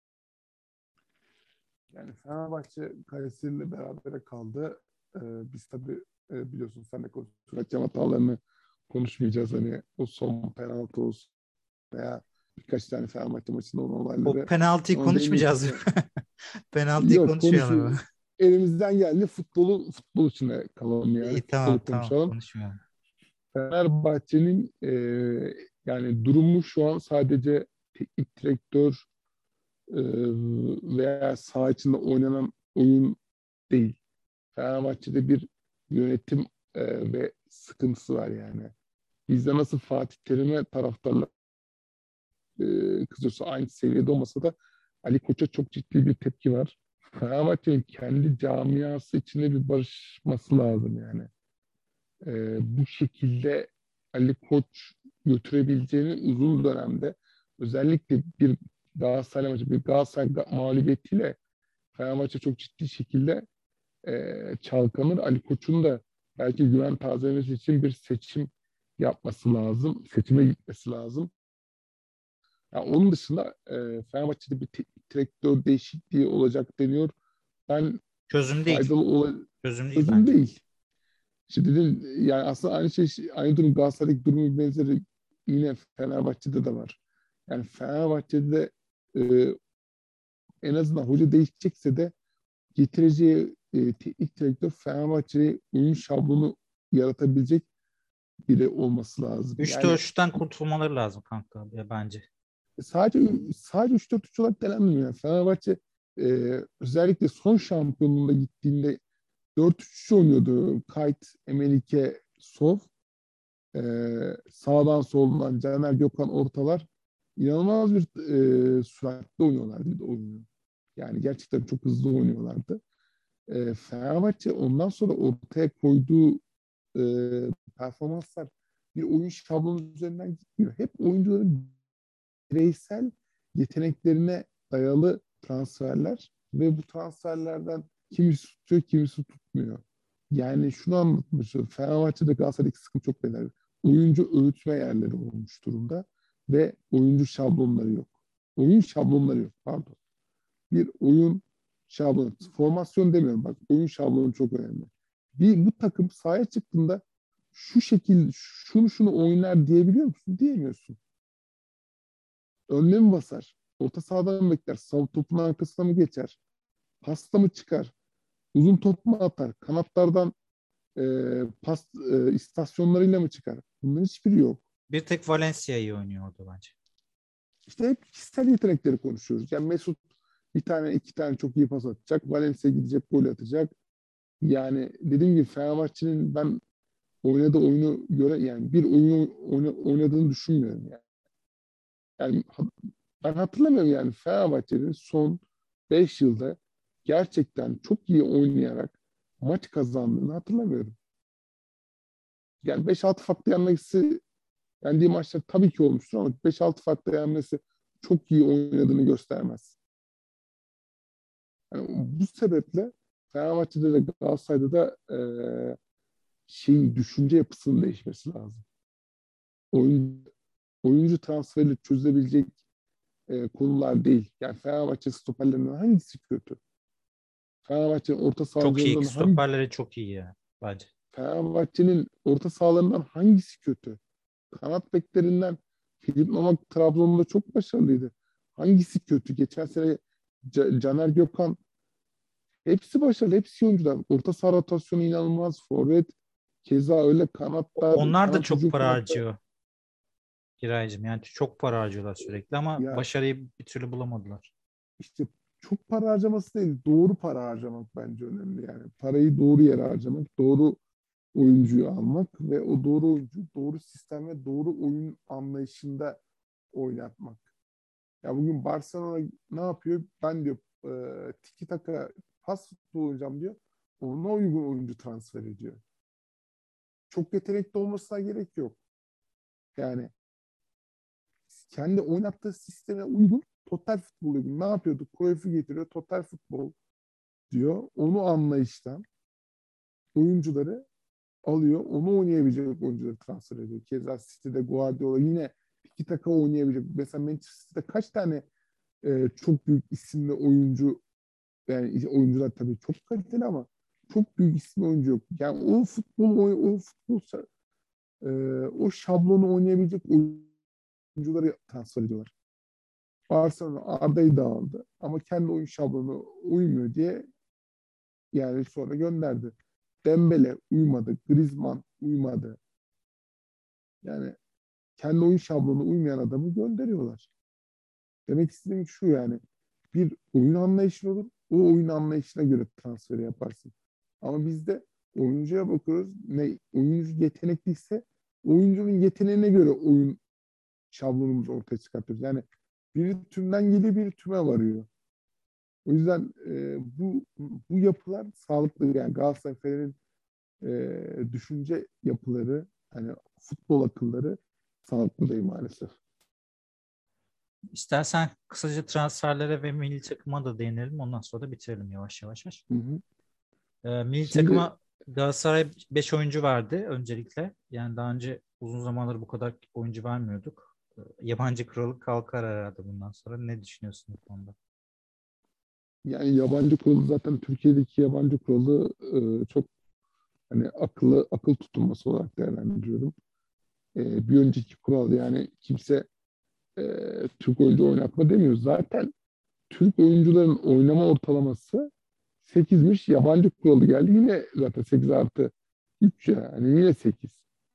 Yani Fenerbahçe Kayseri'yle berabere kaldı. Biz tabii biliyorsun sen de konuştuk. Hakem hatalarını konuşmayacağız. Hani o son penaltı olsun veya birkaç tane Fenerbahçe maçında olan O olayları penaltıyı ona konuşmayacağız. değinmeyeceğiz. Penaltıyı Yok konuşmayalım. elimizden geldi futbol içinde kalalım yani. İyi, Futbolu tamam konuşalım. konuşmayalım. Fenerbahçe'nin yani durumu şu an sadece teknik direktör e, veya saha içinde oynanan oyun değil. Fenerbahçe'de bir yönetim ve sıkıntısı var yani. Bizde nasıl Fatih Terim'e taraftarlar kızıyorsa aynı seviyede olmasa da Ali Koç'a çok ciddi bir tepki var. Fenerbahçe'nin kendi camiası içinde bir barışması lazım yani. Bu şekilde Ali Koç götürebileceğini uzun dönemde özellikle bir Galatasaray maçı, bir Galatasaray mağlubiyetiyle Fenerbahçe çok ciddi şekilde çalkanır. Ali Koç'un da belki güven tazelemesi için bir seçim yapması lazım. Seçime gitmesi lazım. Yani onun dışında Fenerbahçe'de bir teknik direktör değişikliği olacak deniyor. Ben Çözüm değil. faydalı olay Çözüm değil çözüm bence. değil. Şimdi dedim yani aslında aynı durum Galatasaray'daki durumun benzeri yine Fenerbahçe'de de var. Yani Fenerbahçe'de e, en azından hoca değişecekse de getireceği teknik direktör Fenerbahçe'ye oyun şablonu yaratabilecek biri olması lazım. Üçte Yani üçten kurtulmaları lazım kanka bence. sadece 3-4-3 olarak değerlendirmiyor. Yani Fenerbahçe özellikle son şampiyonluğunda gittiğinde 4-3 oynuyordu. Kayt, Emenike, Sov. Sağdan soldan Caner Gökhan ortalar. İnanılmaz bir süratle oynuyorlardı bir de oyunu. Yani gerçekten çok hızlı oynuyorlardı. Fenerbahçe ondan sonra ortaya koyduğu e, performanslar bir oyun şablonu üzerinden gitmiyor. Hep oyuncuların bireysel yeteneklerine dayalı transferler ve bu transferlerden kimisi tutuyor, kimisi tutmuyor. Yani şunu anlatmak istiyorum. Fenerbahçe'de Galatasaray'daki sıkıntı çok benzer. Oyuncu öğütme yerleri olmuş durumda ve oyuncu şablonları yok. Oyun şablonları yok, pardon. Bir oyun şablonu. Formasyon demiyorum bak. Oyun şablonu çok önemli. Bu takım sahaya çıktığında şu şekil şunu oynar diyebiliyor musun? Diyemiyorsun. Önüne mi basar? Orta sahadan mı bekler? Topun arkasına mı geçer? Pasta mı çıkar? Uzun top mu atar? Kanatlardan e, istasyonlarıyla mı çıkar? Bunların hiçbiri yok. Bir tek Valencia iyi oynuyor orada bence. İşte hep kişisel yetenekleri konuşuyoruz. Yani Mesut bir tane iki tane çok iyi pas atacak. Valencia gidecek gol atacak. Yani dediğim gibi Fenerbahçe'nin ben oynadığı oyunu yani bir oynadığını düşünmüyorum yani. Yani ben hatırlamıyorum yani Fenerbahçe'nin son 5 yılda gerçekten çok iyi oynayarak maç kazandığını hatırlamıyorum. Yani 5-6 farklı yendiği maçlar tabii ki olmuştur ama 5-6 farklı yenmesi çok iyi oynadığını göstermez. Yani bu sebeple Fenerbahçe'de de Galatasaray'da da düşünce yapısının değişmesi lazım. Oyun, oyuncu transferiyle çözülebilecek konular değil. Yani Fenerbahçe stoperlerinden hangisi kötü? Fenerbahçe'nin orta Çok iyi. sahalarından Stoperleri çok iyi ya bence. Fenerbahçe'nin orta sahalarından hangisi kötü? Kanat beklerinden Filip Mamak Trabzon'da çok başarılıydı. Hangisi kötü? Geçen sene Caner Gökhan hepsi başarılı, hepsi iyi oyuncular. Orta saha rotasyonu inanılmaz. Forvet keza öyle Onlar da kanat çok hücum para kanatları. harcıyor Giraycığım. Yani çok para harcıyorlar sürekli ama Ya başarıyı bir türlü bulamadılar. işte çok para harcaması değil, doğru para harcamak bence önemli yani. Parayı doğru yere harcamak, doğru oyuncuyu almak ve o doğru oyuncuyu doğru sistem ve doğru oyun anlayışında oynatmak. Ya bugün Barcelona ne yapıyor? Ben diyor tiki taka pas futbol oynayacağım diyor. Ona uygun oyuncu transfer ediyor. Çok yetenekli olmasına gerek yok. Yani kendi oynattığı sisteme uygun total futbol uygun. Ne yapıyordu? Cruyff'u getiriyor. Total futbol diyor. Onu anlayıştan oyuncuları alıyor. Onu oynayabilecek oyuncuları transfer ediyor. Keza City'de Guardiola yine iki taka oynayabilecek. Mesela Manchester City'de kaç tane çok büyük isimli oyuncu, yani oyuncular tabii çok kaliteli ama çok büyük isimli oyuncu yok. Yani e, o şablonu oynayabilecek oyuncuları transfer ediyorlar. Barcelona Arda'yı da aldı ama kendi oyun şablonu uymuyor diye yani sonra gönderdi. Dembele uymadı, Griezmann uymadı. Yani kendi oyun şablonu uymayan adamı gönderiyorlar. Demek istediğim şu yani. Bir oyun anlayışın olur. O oyun anlayışına göre transferi yaparsın. Ama bizde oyuncuya bakıyoruz. Ne oyuncu yetenekliyse oyuncunun yeteneğine göre oyun şablonumuzu ortaya çıkartıyoruz. Yani biri tümden geliyor, biri tüme varıyor. O yüzden bu yapılar sağlıklı. Yani Galatasaray Fener'in düşünce yapıları, hani futbol akılları sağlıklı değil maalesef. İstersen kısaca transferlere ve milli takıma da değinelim. Ondan sonra da bitirelim yavaş yavaş. Hı hı. Milli Şimdi takıma Galatasaray 5 oyuncu verdi öncelikle. Yani daha önce uzun zamandır bu kadar oyuncu vermiyorduk. Yabancı kralı kalkar herhalde bundan sonra. Ne düşünüyorsun bu konuda? yani yabancı kuralı zaten Türkiye'deki yabancı kuralı çok hani akıl tutulması olarak değerlendiriyorum. Bir önceki kural yani kimse e, Türk oyuncu oynatma demiyor. Zaten Türk oyuncuların oynama ortalaması 8'miş. Yabancı kuralı geldi. Yine zaten 8 artı 3 yani yine 8.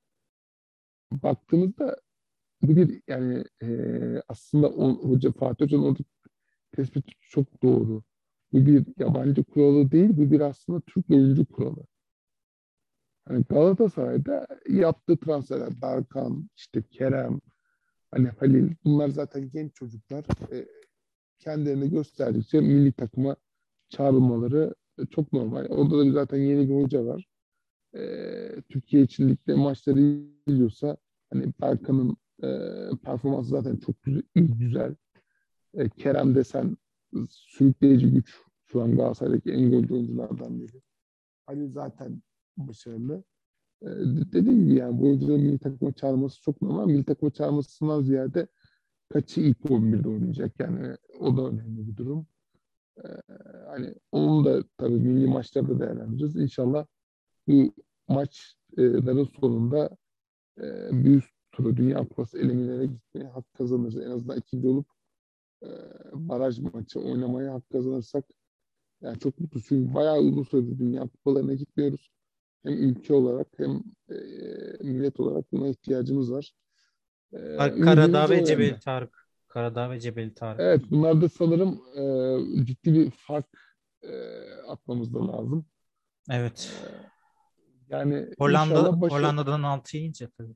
Baktığımızda bu bir yani aslında Fatih Hoca'nın orada tespiti çok doğru. Bu bir yabancı kuralı değil, bu bir aslında Türk oyuncu kuralı. Hani Galatasaray'da yaptığı transferler, Berkan, işte Kerem, hani Halil, bunlar zaten genç çocuklar. Kendilerini gösterdikçe milli takıma çağrılmaları çok normal. Orada da zaten yeni bir hoca var. Türkiye için ligde maçları izliyorsa hani Berkan'ın performansı zaten çok güzel. Kerem desen sürükleyici güç, şu an Galatasaray'daki en golcü oyunculardan biri. Ali zaten başarılı. Dediğim gibi yani bu oyuncuların milli takıma çağırması çok normal. Milli takıma çağırmasından ziyade kaçı ilk 11'de oynayacak, yani o da önemli bir durum. Ee, Hani onu da tabii milli maçlarda değerlendireceğiz. İnşallah bu maçların sonunda bir üst turu, Dünya Kupası elemelere gitmeye hak kazanırız. En azından ikinci olup e, baraj maçı oynamaya hak kazanırsak yani çok mutluyuz. Çünkü bayağı uzun süredir Dünya Kupalarına gitmiyoruz. Hem ülke olarak hem millet olarak buna ihtiyacımız var. Ümidimiz Karadağ de ve o Cebeli yönde. Tarık. Karadağ ve Cebeli Tarık. Evet, bunlarda sanırım ciddi bir fark e, atmamız da lazım. E, Evet. Yani inşallah Hollanda'dan 6 yiyince tabii.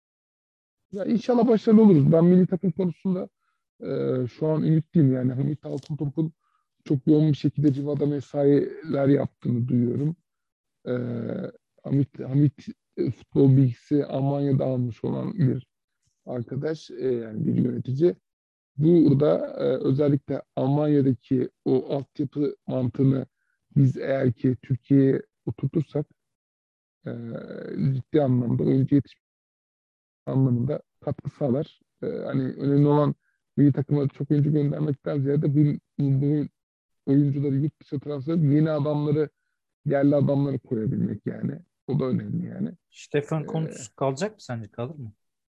ya inşallah başarılı oluruz. Ben milli takım konusunda şu an ümitliyim. Yani Hamit Altıntop'un çok yoğun bir şekilde Civa'da mesailer yaptığını duyuyorum. E, Hamit futbol bilgisi Almanya'da almış olan bir arkadaş, yani bir yönetici. Burada özellikle Almanya'daki o altyapı mantığını biz eğer ki Türkiye'ye oturtursak e, ciddi anlamda oyuncu yetiştirme anlamında katkı sağlar. Hani önemli olan milli takıma çok oyuncu göndermekten ziyade bu oyuncuları yurt dışı transfer edip yeni adamları, yerli adamları koyabilmek yani. O da önemli yani. Stefan E, Kuntz kalacak mı sence? Kalır mı?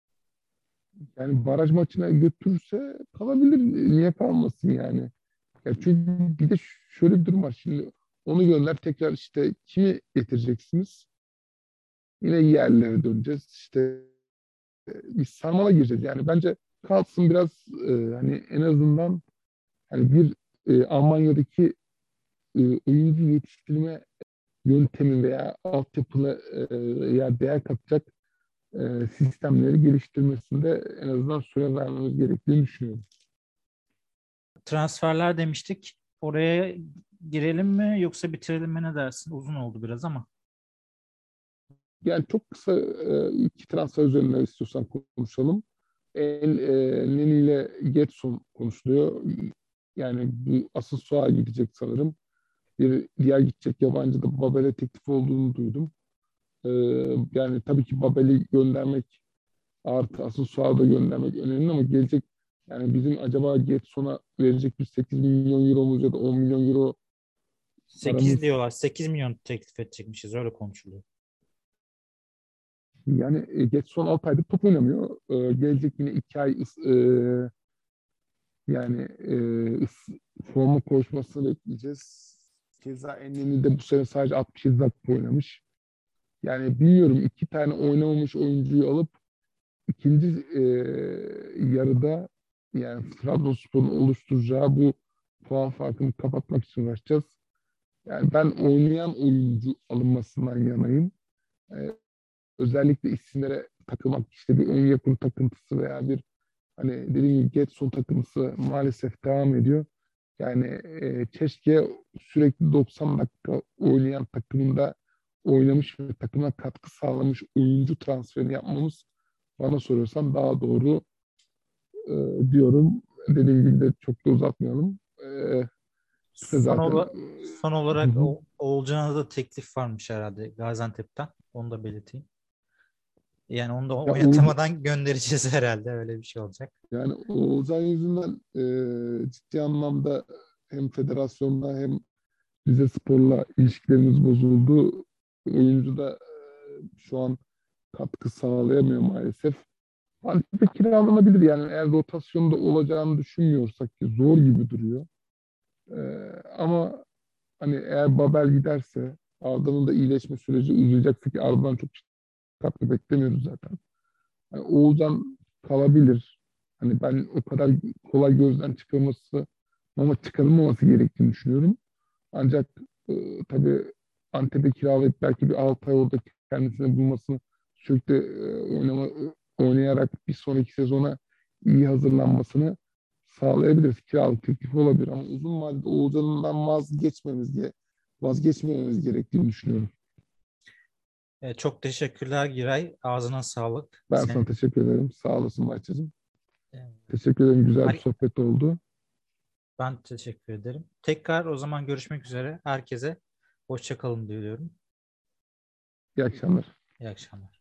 Yani baraj maçına götürürse kalabilir. Niye kalmasın yani? Ya çünkü bir de şöyle bir durum var. Şimdi onu gönder, tekrar işte kimi getireceksiniz? Yine yerlere döneceğiz. İşte bir sarmala gireceğiz. Yani bence kalsın biraz, hani en azından hani bir Almanya'daki oyuncu yetiştirme yöntemi veya altyapılı ya değer katacak sistemleri geliştirmesinde en azından süre vermemiz gerektiğini düşünüyorum. Transferler demiştik. oraya girelim mi yoksa bitirelim mi, ne dersin? Uzun oldu biraz ama. Yani çok kısa iki transfer üzerinden istiyorsan konuşalım. Neni ile Getson konuşuluyor. Yani bu asıl Su'a gidecek sanırım. Bir diğer gidecek yabancı da Babel'e teklif olduğunu duydum. E, Yani tabii ki Babel'i göndermek artı asıl Su'a da göndermek önemli ama gelecek yani bizim acaba Getson'a verecek bir 8 milyon euromuz ya da 10 milyon euro 8 paramız. diyorlar. 8 milyon teklif edecekmişiz. Öyle konuşuluyor. Yani Getson 6 aydır top oynamıyor. Gelecek yine 2 ay yani forma koşmasını bekleyeceğiz. Keza Enne'nin de bu sene sadece 67 dakika oynamış. Yani bilmiyorum, iki tane oynamamış oyuncuyu alıp ikinci yarıda yani Trabzonspor'un oluşturacağı bu puan farkını kapatmak için uğraşacağız. Yani ben oynayan oyuncu alınmasından yanayım. E, Özellikle isimlere takılmak, işte bir ön yakın takıntısı veya bir hani dediğim gibi Getson takıntısı maalesef devam ediyor. Yani keşke sürekli 90 dakika oynayan takımında oynamış ve takıma katkı sağlamış oyuncu transferini yapmamız, bana sorarsan daha doğru diyorum. Dediğim gibi de çok da uzatmayalım. İşte Son, zaten son hı olarak hı. Oğulcan'a da teklif varmış herhalde Gaziantep'ten. Onu da belirteyim. Yani onu da Ya Oğuz, oynatamadan göndereceğiz herhalde. Öyle bir şey olacak. yani Oğuzhan yüzünden ciddi anlamda hem federasyonla hem Rizespor'la ilişkilerimiz bozuldu. Oyuncu da şu an katkı sağlayamıyor maalesef. Antep'e kiralanabilir yani, eğer rotasyonda olacağını düşünmüyorsak ki zor gibi duruyor. E, Ama hani eğer Babel giderse Arda'nın da iyileşme süreci uzayacaksa ki Arda'dan çok katkı beklemiyoruz zaten. Yani Oğuzhan kalabilir. Hani ben o kadar kolay gözden çıkarılması ama çıkarılmaması gerektiğini düşünüyorum. Ancak tabii Antep'e kiralayıp belki bir 6 ay orada kendisini bulmasını, sürekli oynayarak bir sonraki sezona iyi hazırlanmasını sağlayabiliriz. Kiralık teklifi olabilir ama uzun vadede Oğuzhan'dan vazgeçmememiz gerektiğini düşünüyorum. Çok teşekkürler Giray. Ağzına sağlık. Ben sana teşekkür ederim. Sağ olasın Bahçe'cim. E, Teşekkür ederim. Güzel bir her- sohbet oldu. ben teşekkür ederim. Tekrar o zaman görüşmek üzere. Herkese hoşça kalın diliyorum. İyi akşamlar. İyi akşamlar.